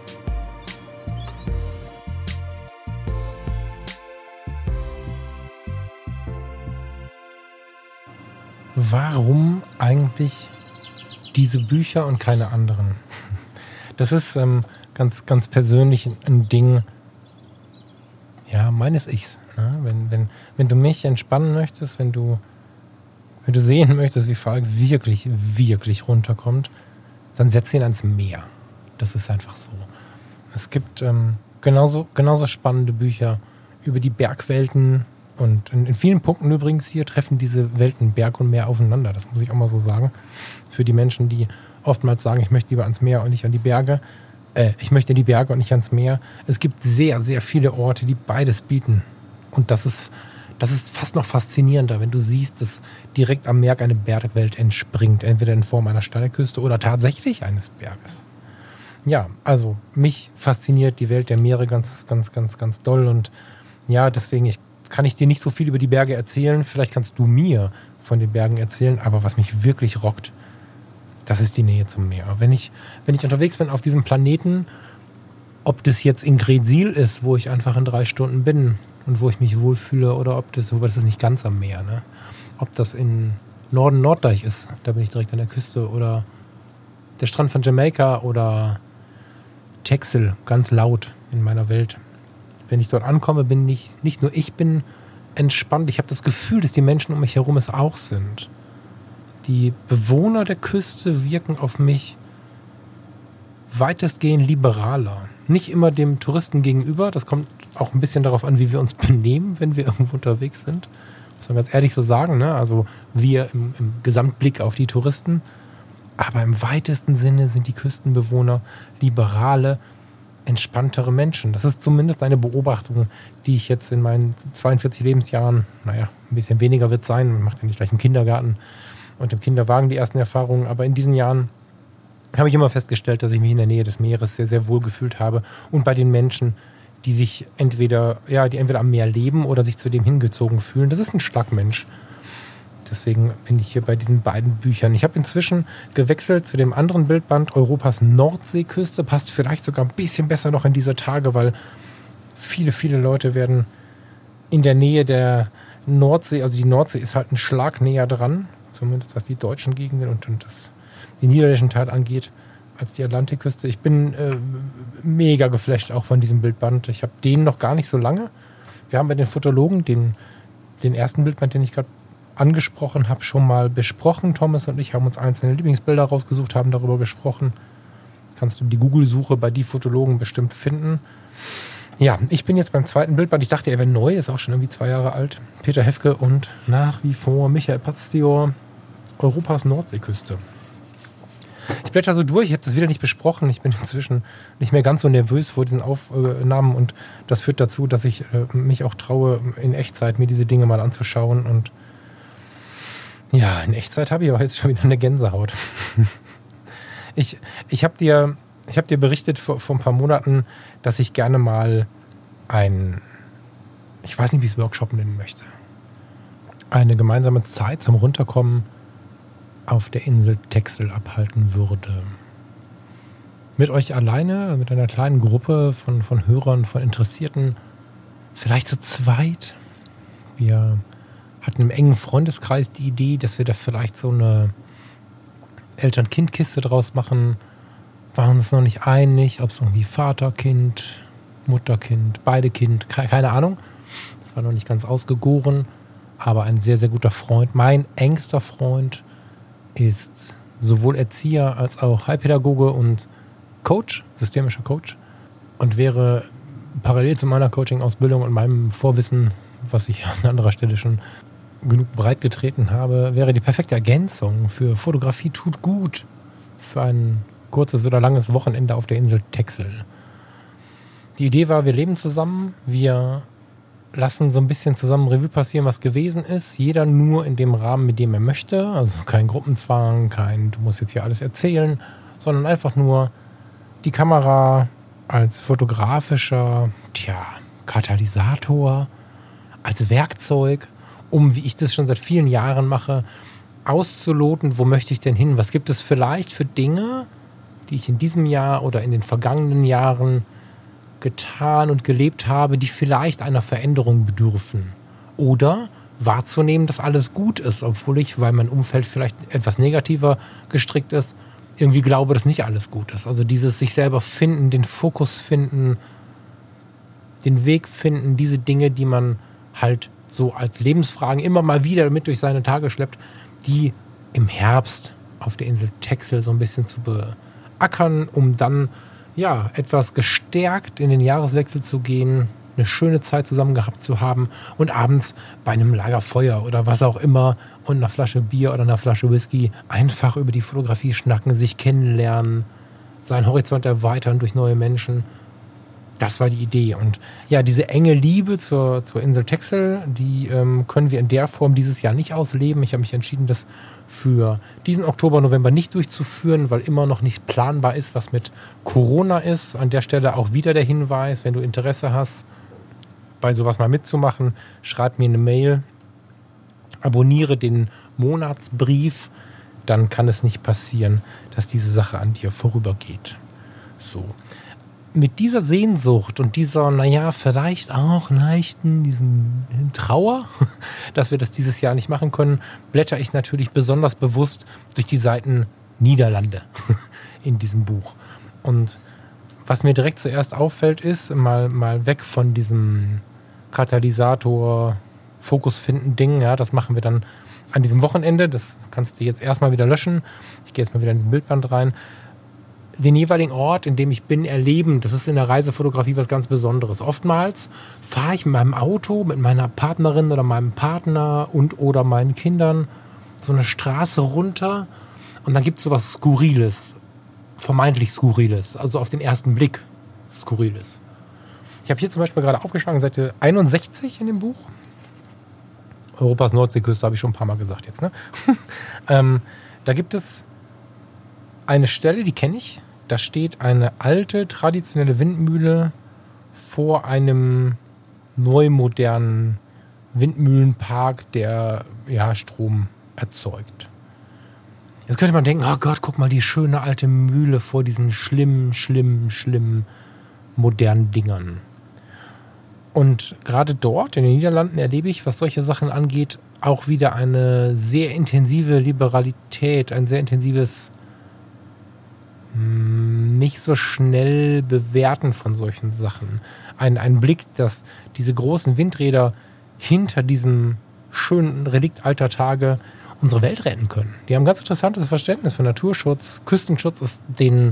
Warum eigentlich diese Bücher und keine anderen? Das ist ähm, ganz, ganz persönlich ein Ding, ja, meines Ichs. Ne? Wenn, wenn, wenn du mich entspannen möchtest, wenn du Wenn du sehen möchtest, wie Falk wirklich, wirklich runterkommt, dann setz ihn ans Meer. Das ist einfach so. Es gibt ähm, genauso, genauso spannende Bücher über die Bergwelten. Und in, in vielen Punkten übrigens hier treffen diese Welten Berg und Meer aufeinander. Das muss ich auch mal so sagen. Für die Menschen, die oftmals sagen, ich möchte lieber ans Meer und nicht an die Berge. Äh, ich möchte die Berge und nicht ans Meer. Es gibt sehr, sehr viele Orte, die beides bieten. Und das ist, das ist fast noch faszinierender, wenn du siehst, dass direkt am Meer eine Bergwelt entspringt. Entweder in Form einer Steilküste oder tatsächlich eines Berges. Ja, also mich fasziniert die Welt der Meere ganz, ganz, ganz, ganz doll. Und ja, deswegen ich, kann ich dir nicht so viel über die Berge erzählen. Vielleicht kannst du mir von den Bergen erzählen. Aber was mich wirklich rockt, das ist die Nähe zum Meer. Wenn ich, wenn ich unterwegs bin auf diesem Planeten, ob das jetzt in Greetsiel ist, wo ich einfach in drei Stunden bin und wo ich mich wohlfühle, oder ob das, wobei das ist nicht ganz am Meer, ne? Ob das in Norden Norddeich ist, da bin ich direkt an der Küste, oder der Strand von Jamaika oder Texel, ganz laut in meiner Welt. Wenn ich dort ankomme, bin ich, nicht nur ich bin entspannt, ich habe das Gefühl, dass die Menschen um mich herum es auch sind. Die Bewohner der Küste wirken auf mich weitestgehend liberaler. Nicht immer dem Touristen gegenüber, das kommt auch ein bisschen darauf an, wie wir uns benehmen, wenn wir irgendwo unterwegs sind. Muss man ganz ehrlich so sagen, ne? Also wir im, im Gesamtblick auf die Touristen. Aber im weitesten Sinne sind die Küstenbewohner liberale, entspanntere Menschen. Das ist zumindest eine Beobachtung, die ich jetzt in meinen zweiundvierzig Lebensjahren, naja, ein bisschen weniger wird sein, man macht ja nicht gleich im Kindergarten und im Kinderwagen die ersten Erfahrungen, aber in diesen Jahren habe ich immer festgestellt, dass ich mich in der Nähe des Meeres sehr, sehr wohl gefühlt habe und bei den Menschen, die sich entweder, ja, die entweder am Meer leben oder sich zu dem hingezogen fühlen. Das ist ein Schlagmensch. Deswegen bin ich hier bei diesen beiden Büchern. Ich habe inzwischen gewechselt zu dem anderen Bildband, Europas Nordseeküste. Passt vielleicht sogar ein bisschen besser noch in diese Tage, weil viele, viele Leute werden in der Nähe der Nordsee, also die Nordsee ist halt ein Schlag näher dran, zumindest was die deutschen Gegenden und, und das, den niederländischen Teil angeht, als die Atlantikküste. Ich bin äh, mega geflasht auch von diesem Bildband. Ich habe den noch gar nicht so lange. Wir haben bei den Fotologen den, den ersten Bildband, den ich gerade angesprochen habe, schon mal besprochen. Thomas und ich haben uns einzelne Lieblingsbilder rausgesucht, haben darüber gesprochen. Kannst du die Google-Suche bei die Fotologen bestimmt finden. Ja, ich bin jetzt beim zweiten Bildband. Ich dachte, er wäre neu, ist auch schon irgendwie zwei Jahre alt. Peter Hefke und nach wie vor Michael Pastior, Europas Nordseeküste. Ich blätter so durch, ich habe das wieder nicht besprochen. Ich bin inzwischen nicht mehr ganz so nervös vor diesen Aufnahmen und das führt dazu, dass ich äh, mich auch traue, in Echtzeit mir diese Dinge mal anzuschauen. Und ja, in Echtzeit habe ich auch jetzt schon wieder eine Gänsehaut. ich ich habe dir, ich hab dir berichtet vor, vor ein paar Monaten, dass ich gerne mal ein, ich weiß nicht, wie ich es Workshop nennen möchte, eine gemeinsame Zeit zum Runterkommen auf der Insel Texel abhalten würde. Mit euch alleine, mit einer kleinen Gruppe von, von Hörern, von Interessierten, vielleicht zu zweit. Wir hatten im engen Freundeskreis die Idee, dass wir da vielleicht so eine Eltern-Kind-Kiste draus machen. Waren uns noch nicht einig, ob es irgendwie Vater, Kind, Mutter, Kind, beide Kind, keine Ahnung. Das war noch nicht ganz ausgegoren, aber ein sehr, sehr guter Freund. Mein engster Freund ist sowohl Erzieher als auch Heilpädagoge und Coach, systemischer Coach, und wäre parallel zu meiner Coaching-Ausbildung und meinem Vorwissen, was ich an anderer Stelle schon genug breit getreten habe, wäre die perfekte Ergänzung für Fotografie tut gut für ein kurzes oder langes Wochenende auf der Insel Texel. Die Idee war, wir leben zusammen, wir lassen so ein bisschen zusammen Revue passieren, was gewesen ist. Jeder nur in dem Rahmen, mit dem er möchte. Also kein Gruppenzwang, kein du musst jetzt hier alles erzählen, sondern einfach nur die Kamera als fotografischer, tja, Katalysator, als Werkzeug, um, wie ich das schon seit vielen Jahren mache, auszuloten, wo möchte ich denn hin? Was gibt es vielleicht für Dinge, die ich in diesem Jahr oder in den vergangenen Jahren getan und gelebt habe, die vielleicht einer Veränderung bedürfen. Oder wahrzunehmen, dass alles gut ist, obwohl ich, weil mein Umfeld vielleicht etwas negativer gestrickt ist, irgendwie glaube, dass nicht alles gut ist. Also dieses sich selber finden, den Fokus finden, den Weg finden, diese Dinge, die man halt so als Lebensfragen immer mal wieder mit durch seine Tage schleppt, die im Herbst auf der Insel Texel so ein bisschen zu beackern, um dann ja, etwas gestärkt in den Jahreswechsel zu gehen, eine schöne Zeit zusammen gehabt zu haben und abends bei einem Lagerfeuer oder was auch immer und einer Flasche Bier oder einer Flasche Whisky einfach über die Fotografie schnacken, sich kennenlernen, seinen Horizont erweitern durch neue Menschen. Das war die Idee. Und ja, diese enge Liebe zur, zur Insel Texel, die ähm, können wir in der Form dieses Jahr nicht ausleben. Ich habe mich entschieden, das für diesen Oktober, November nicht durchzuführen, weil immer noch nicht planbar ist, was mit Corona ist. An der Stelle auch wieder der Hinweis, wenn du Interesse hast, bei sowas mal mitzumachen, schreib mir eine Mail, abonniere den Monatsbrief, dann kann es nicht passieren, dass diese Sache an dir vorübergeht. So. Mit dieser Sehnsucht und dieser, naja, vielleicht auch leichten, diesem Trauer, dass wir das dieses Jahr nicht machen können, blätter ich natürlich besonders bewusst durch die Seiten Niederlande in diesem Buch. Und was mir direkt zuerst auffällt, ist, mal, mal weg von diesem Katalysator, Fokus finden Ding, ja, das machen wir dann an diesem Wochenende, das kannst du jetzt erstmal wieder löschen. Ich gehe jetzt mal wieder in den Bildband rein. Den jeweiligen Ort, in dem ich bin, erleben, das ist in der Reisefotografie was ganz Besonderes. Oftmals fahre ich mit meinem Auto, mit meiner Partnerin oder meinem Partner und oder meinen Kindern so eine Straße runter und dann gibt es so was Skurriles, vermeintlich Skurriles, also auf den ersten Blick Skurriles. Ich habe hier zum Beispiel gerade aufgeschlagen, Seite einundsechzig in dem Buch. Europas Nordseeküste, habe ich schon ein paar Mal gesagt jetzt. Ne? ähm, da gibt es eine Stelle, die kenne ich. Da steht eine alte, traditionelle Windmühle vor einem neu modernen Windmühlenpark, der ja, Strom erzeugt. Jetzt könnte man denken, oh Gott, guck mal, die schöne alte Mühle vor diesen schlimmen, schlimmen, schlimmen modernen Dingern. Und gerade dort in den Niederlanden erlebe ich, was solche Sachen angeht, auch wieder eine sehr intensive Liberalität, ein sehr intensives nicht so schnell bewerten von solchen Sachen. Ein, ein Blick, dass diese großen Windräder hinter diesem schönen Relikt alter Tage unsere Welt retten können. Die haben ein ganz interessantes Verständnis für Naturschutz. Küstenschutz ist denen,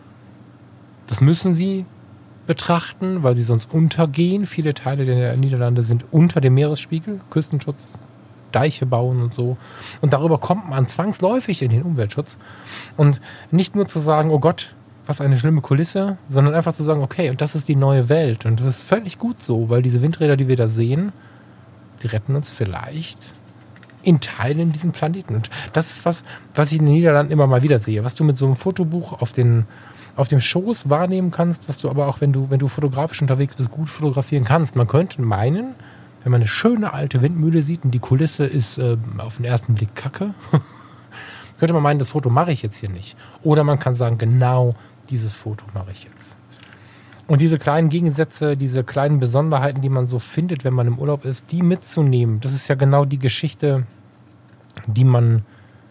das müssen sie betrachten, weil sie sonst untergehen. Viele Teile der Niederlande sind unter dem Meeresspiegel. Küstenschutz, Deiche bauen und so. Und darüber kommt man zwangsläufig in den Umweltschutz. Und nicht nur zu sagen, oh Gott, was eine schlimme Kulisse, sondern einfach zu sagen, okay, und das ist die neue Welt. Und das ist völlig gut so, weil diese Windräder, die wir da sehen, die retten uns vielleicht in Teilen diesen Planeten. Und das ist was, was ich in den Niederlanden immer mal wieder sehe. Was du mit so einem Fotobuch auf den auf dem Schoß wahrnehmen kannst, was du aber auch, wenn du, wenn du fotografisch unterwegs bist, gut fotografieren kannst. Man könnte meinen, wenn man eine schöne alte Windmühle sieht und die Kulisse ist äh, auf den ersten Blick kacke, könnte man meinen, das Foto mache ich jetzt hier nicht. Oder man kann sagen, genau dieses Foto mache ich jetzt. Und diese kleinen Gegensätze, diese kleinen Besonderheiten, die man so findet, wenn man im Urlaub ist, die mitzunehmen, das ist ja genau die Geschichte, die man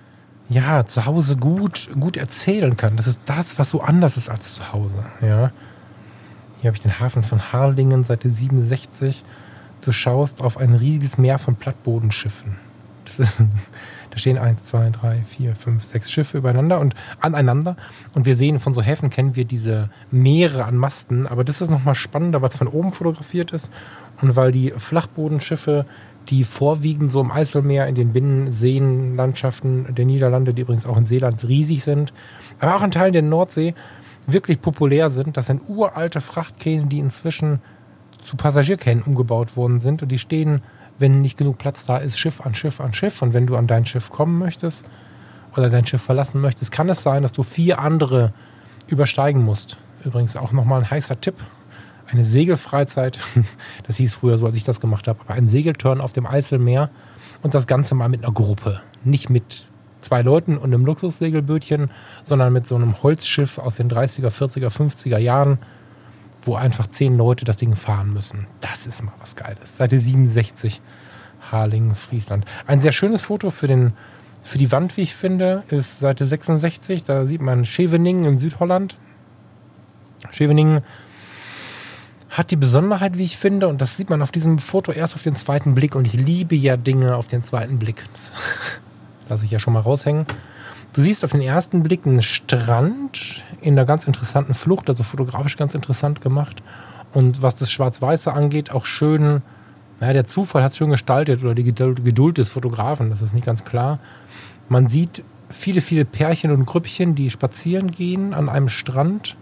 ja zu Hause gut, gut erzählen kann. Das ist das, was so anders ist als zu Hause. Ja. Hier habe ich den Hafen von Harlingen, Seite siebenundsechzig. Du schaust auf ein riesiges Meer von Plattbodenschiffen. Das ist, da stehen eins, zwei, drei, vier, fünf, sechs Schiffe übereinander und aneinander. Und wir sehen, von so Häfen kennen wir diese Meere an Masten. Aber das ist nochmal spannender, weil es von oben fotografiert ist und weil die Flachbodenschiffe, die vorwiegend so im Eiselmeer in den Binnenseenlandschaften der Niederlande, die übrigens auch in Seeland riesig sind, aber auch in Teilen der Nordsee wirklich populär sind. Das sind uralte Frachtkähne, die inzwischen zu Passagierkähnen umgebaut worden sind. Und die stehen, wenn nicht genug Platz da ist, Schiff an Schiff an Schiff. Und wenn du an dein Schiff kommen möchtest oder dein Schiff verlassen möchtest, kann es sein, dass du vier andere übersteigen musst. Übrigens auch nochmal ein heißer Tipp. Eine Segelfreizeit, das hieß früher so, als ich das gemacht habe, aber ein Segelturn auf dem Eiselmeer und das Ganze mal mit einer Gruppe. Nicht mit zwei Leuten und einem Luxussegelbötchen, sondern mit so einem Holzschiff aus den dreißiger, vierziger, fünfziger Jahren, wo einfach zehn Leute das Ding fahren müssen. Das ist mal was Geiles. Seite siebenundsechzig, Harlingen, Friesland. Ein sehr schönes Foto für, den, für die Wand, wie ich finde, ist Seite sechsundsechzig. Da sieht man Scheveningen in Südholland. Scheveningen hat die Besonderheit, wie ich finde, und das sieht man auf diesem Foto erst auf den zweiten Blick. Und ich liebe ja Dinge auf den zweiten Blick. Das lasse ich ja schon mal raushängen. Du siehst auf den ersten Blick einen Strand in einer ganz interessanten Flucht, also fotografisch ganz interessant gemacht. Und was das Schwarz-Weiße angeht, auch schön, naja, der Zufall hat es schön gestaltet oder die Geduld des Fotografen, das ist nicht ganz klar. Man sieht viele, viele Pärchen und Grüppchen, die spazieren gehen an einem Strand.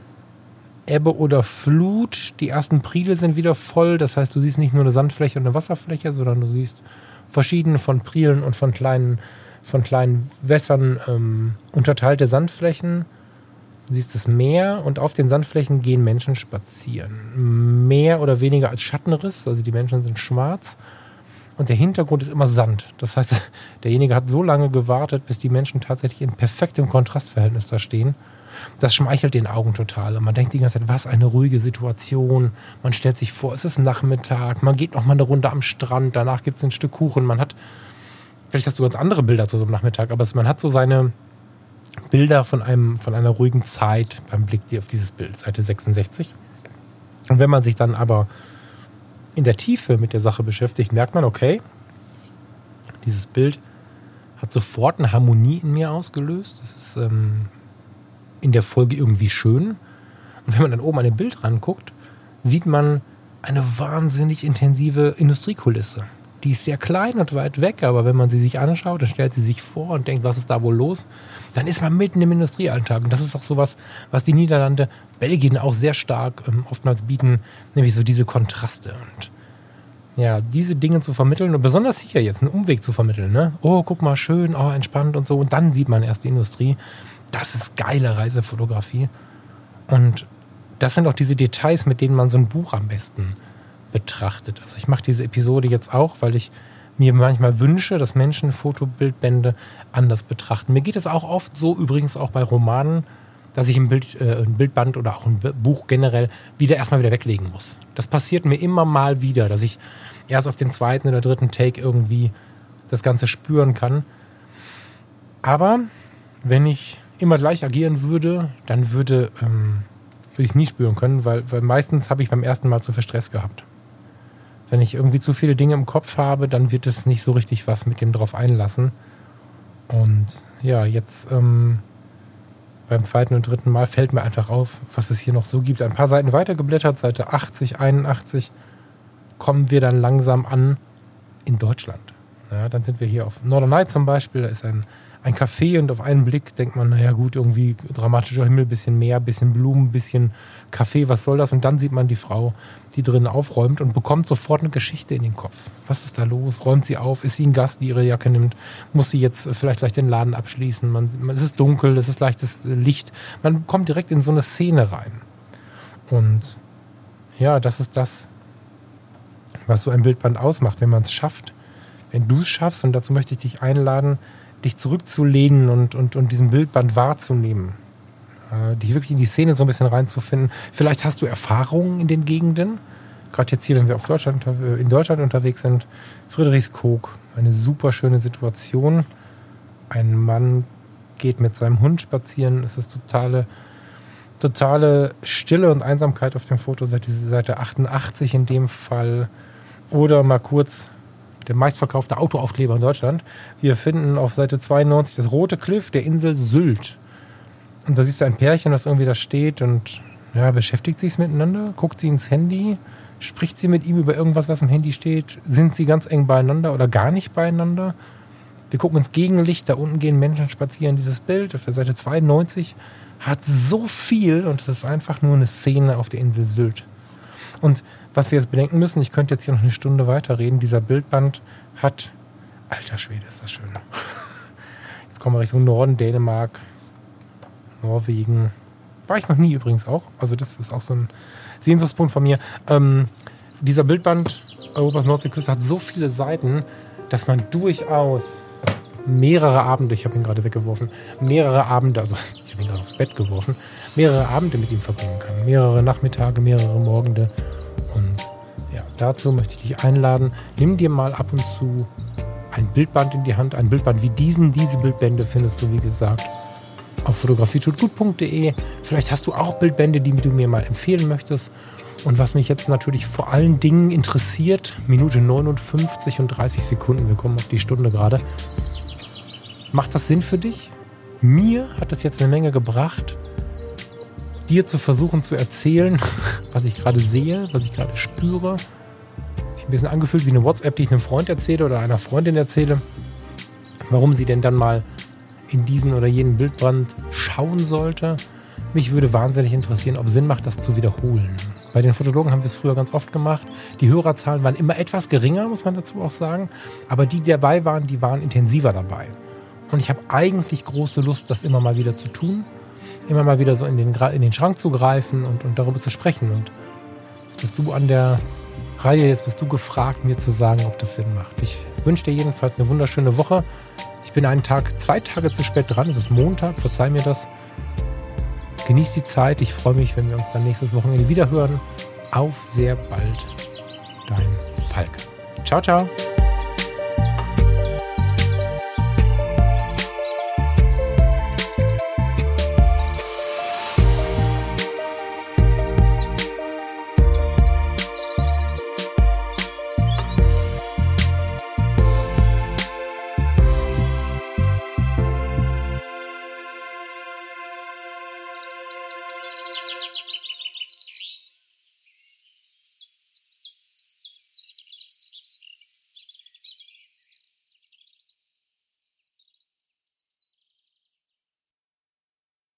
Ebbe oder Flut, die ersten Priele sind wieder voll, das heißt, du siehst nicht nur eine Sandfläche und eine Wasserfläche, sondern du siehst verschiedene von Prielen und von kleinen, von kleinen Wässern ähm, unterteilte Sandflächen. Du siehst das Meer und auf den Sandflächen gehen Menschen spazieren. Mehr oder weniger als Schattenriss, also die Menschen sind schwarz und der Hintergrund ist immer Sand. Das heißt, derjenige hat so lange gewartet, bis die Menschen tatsächlich in perfektem Kontrastverhältnis da stehen. Das schmeichelt den Augen total. Und man denkt die ganze Zeit, was eine ruhige Situation. Man stellt sich vor, es ist Nachmittag, man geht noch mal eine Runde am Strand, danach gibt es ein Stück Kuchen. Man hat, vielleicht hast du ganz andere Bilder zu so einem Nachmittag, aber man hat so seine Bilder von, einem, von einer ruhigen Zeit beim Blick auf dieses Bild, Seite sechsundsechzig. Und wenn man sich dann aber in der Tiefe mit der Sache beschäftigt, merkt man, okay, dieses Bild hat sofort eine Harmonie in mir ausgelöst. Das ist ähm, in der Folge irgendwie schön. Und wenn man dann oben an dem Bild ranguckt, sieht man eine wahnsinnig intensive Industriekulisse. Die ist sehr klein und weit weg, aber wenn man sie sich anschaut, dann stellt sie sich vor und denkt, was ist da wohl los? Dann ist man mitten im Industriealltag. Und das ist auch sowas, was die Niederlande, Belgien auch sehr stark ähm, oftmals bieten, nämlich so diese Kontraste. Und ja, diese Dinge zu vermitteln und besonders hier jetzt einen Umweg zu vermitteln. Ne? Oh, guck mal, schön, oh, entspannt und so. Und dann sieht man erst die Industrie. Das ist geile Reisefotografie. Und das sind auch diese Details, mit denen man so ein Buch am besten betrachtet. Also ich mache diese Episode jetzt auch, weil ich mir manchmal wünsche, dass Menschen Fotobildbände anders betrachten. Mir geht es auch oft so, übrigens auch bei Romanen, dass ich ein, Bild, äh, ein Bildband oder auch ein Buch generell wieder erstmal wieder weglegen muss. Das passiert mir immer mal wieder, dass ich erst auf den zweiten oder dritten Take irgendwie das Ganze spüren kann. Aber wenn ich immer gleich agieren würde, dann würde, ähm, würde ich es nie spüren können, weil, weil meistens habe ich beim ersten Mal zu viel Stress gehabt. Wenn ich irgendwie zu viele Dinge im Kopf habe, dann wird es nicht so richtig was mit dem drauf einlassen. Und ja, jetzt ähm, beim zweiten und dritten Mal fällt mir einfach auf, was es hier noch so gibt. Ein paar Seiten weiter geblättert, Seite achtzig, einundachtzig, kommen wir dann langsam an in Deutschland. Ja, dann sind wir hier auf Norderney zum Beispiel, da ist ein Ein Café und auf einen Blick denkt man, naja gut, irgendwie dramatischer Himmel, bisschen Meer, bisschen Blumen, bisschen Kaffee, was soll das? Und dann sieht man die Frau, die drinnen aufräumt und bekommt sofort eine Geschichte in den Kopf. Was ist da los? Räumt sie auf? Ist sie ein Gast, die ihre Jacke nimmt? Muss sie jetzt vielleicht gleich den Laden abschließen? Man, man, es ist dunkel, es ist leichtes Licht. Man kommt direkt in so eine Szene rein. Und ja, das ist das, was so ein Bildband ausmacht, wenn man es schafft. Wenn du es schaffst, und dazu möchte ich dich einladen, dich zurückzulehnen und, und, und diesen Bildband wahrzunehmen. Äh, dich wirklich in die Szene so ein bisschen reinzufinden. Vielleicht hast du Erfahrungen in den Gegenden. Gerade jetzt hier, wenn wir auf Deutschland, in Deutschland unterwegs sind. Friedrichskoog, eine super schöne Situation. Ein Mann geht mit seinem Hund spazieren. Es ist totale, totale Stille und Einsamkeit auf dem Foto. Seite, Seite achtundachtzig in dem Fall. Oder mal kurz der meistverkaufte Autoaufkleber in Deutschland. Wir finden auf Seite zweiundneunzig das rote Cliff der Insel Sylt. Und da siehst du ein Pärchen, das irgendwie da steht und ja, beschäftigt sich miteinander, guckt sie ins Handy, spricht sie mit ihm über irgendwas, was im Handy steht, sind sie ganz eng beieinander oder gar nicht beieinander. Wir gucken ins Gegenlicht, da unten gehen Menschen spazieren. Dieses Bild auf der Seite zweiundneunzig hat so viel und es ist einfach nur eine Szene auf der Insel Sylt. Und was wir jetzt bedenken müssen, ich könnte jetzt hier noch eine Stunde weiterreden, dieser Bildband hat, alter Schwede, ist das schön. Jetzt kommen wir Richtung Norden, Dänemark, Norwegen. War ich noch nie übrigens auch, also das ist auch so ein Sehnsuchtspunkt von mir. Ähm, dieser Bildband Europas Nordseeküste hat so viele Seiten, dass man durchaus mehrere Abende, ich habe ihn gerade weggeworfen, mehrere Abende, also ich habe ihn gerade aufs Bett geworfen, mehrere Abende mit ihm verbringen kann. Mehrere Nachmittage, mehrere Morgende. Und ja, dazu möchte ich dich einladen, nimm dir mal ab und zu ein Bildband in die Hand, ein Bildband wie diesen. Diese Bildbände findest du, wie gesagt, auf fotografie tut gut punkt de. Vielleicht hast du auch Bildbände, die du mir mal empfehlen möchtest. Und was mich jetzt natürlich vor allen Dingen interessiert, Minute neunundfünfzig und dreißig Sekunden, wir kommen auf die Stunde gerade. Macht das Sinn für dich? Mir hat das jetzt eine Menge gebracht, dir zu versuchen zu erzählen, was ich gerade sehe, was ich gerade spüre. Sich ein bisschen angefühlt wie eine WhatsApp, die ich einem Freund erzähle oder einer Freundin erzähle, warum sie denn dann mal in diesen oder jenen Bildband schauen sollte. Mich würde wahnsinnig interessieren, ob es Sinn macht, das zu wiederholen. Bei den Fotologen haben wir es früher ganz oft gemacht. Die Hörerzahlen waren immer etwas geringer, muss man dazu auch sagen. Aber die, die dabei waren, die waren intensiver dabei. Und ich habe eigentlich große Lust, das immer mal wieder zu tun. Immer mal wieder so in den, in den Schrank zu greifen und, und darüber zu sprechen. Und jetzt bist du an der Reihe, jetzt bist du gefragt, mir zu sagen, ob das Sinn macht. Ich wünsche dir jedenfalls eine wunderschöne Woche. Ich bin einen Tag, zwei Tage zu spät dran. Es ist Montag, verzeih mir das. Genieß die Zeit. Ich freue mich, wenn wir uns dann nächstes Wochenende wieder hören. Auf sehr bald. Dein Falk. Ciao, ciao.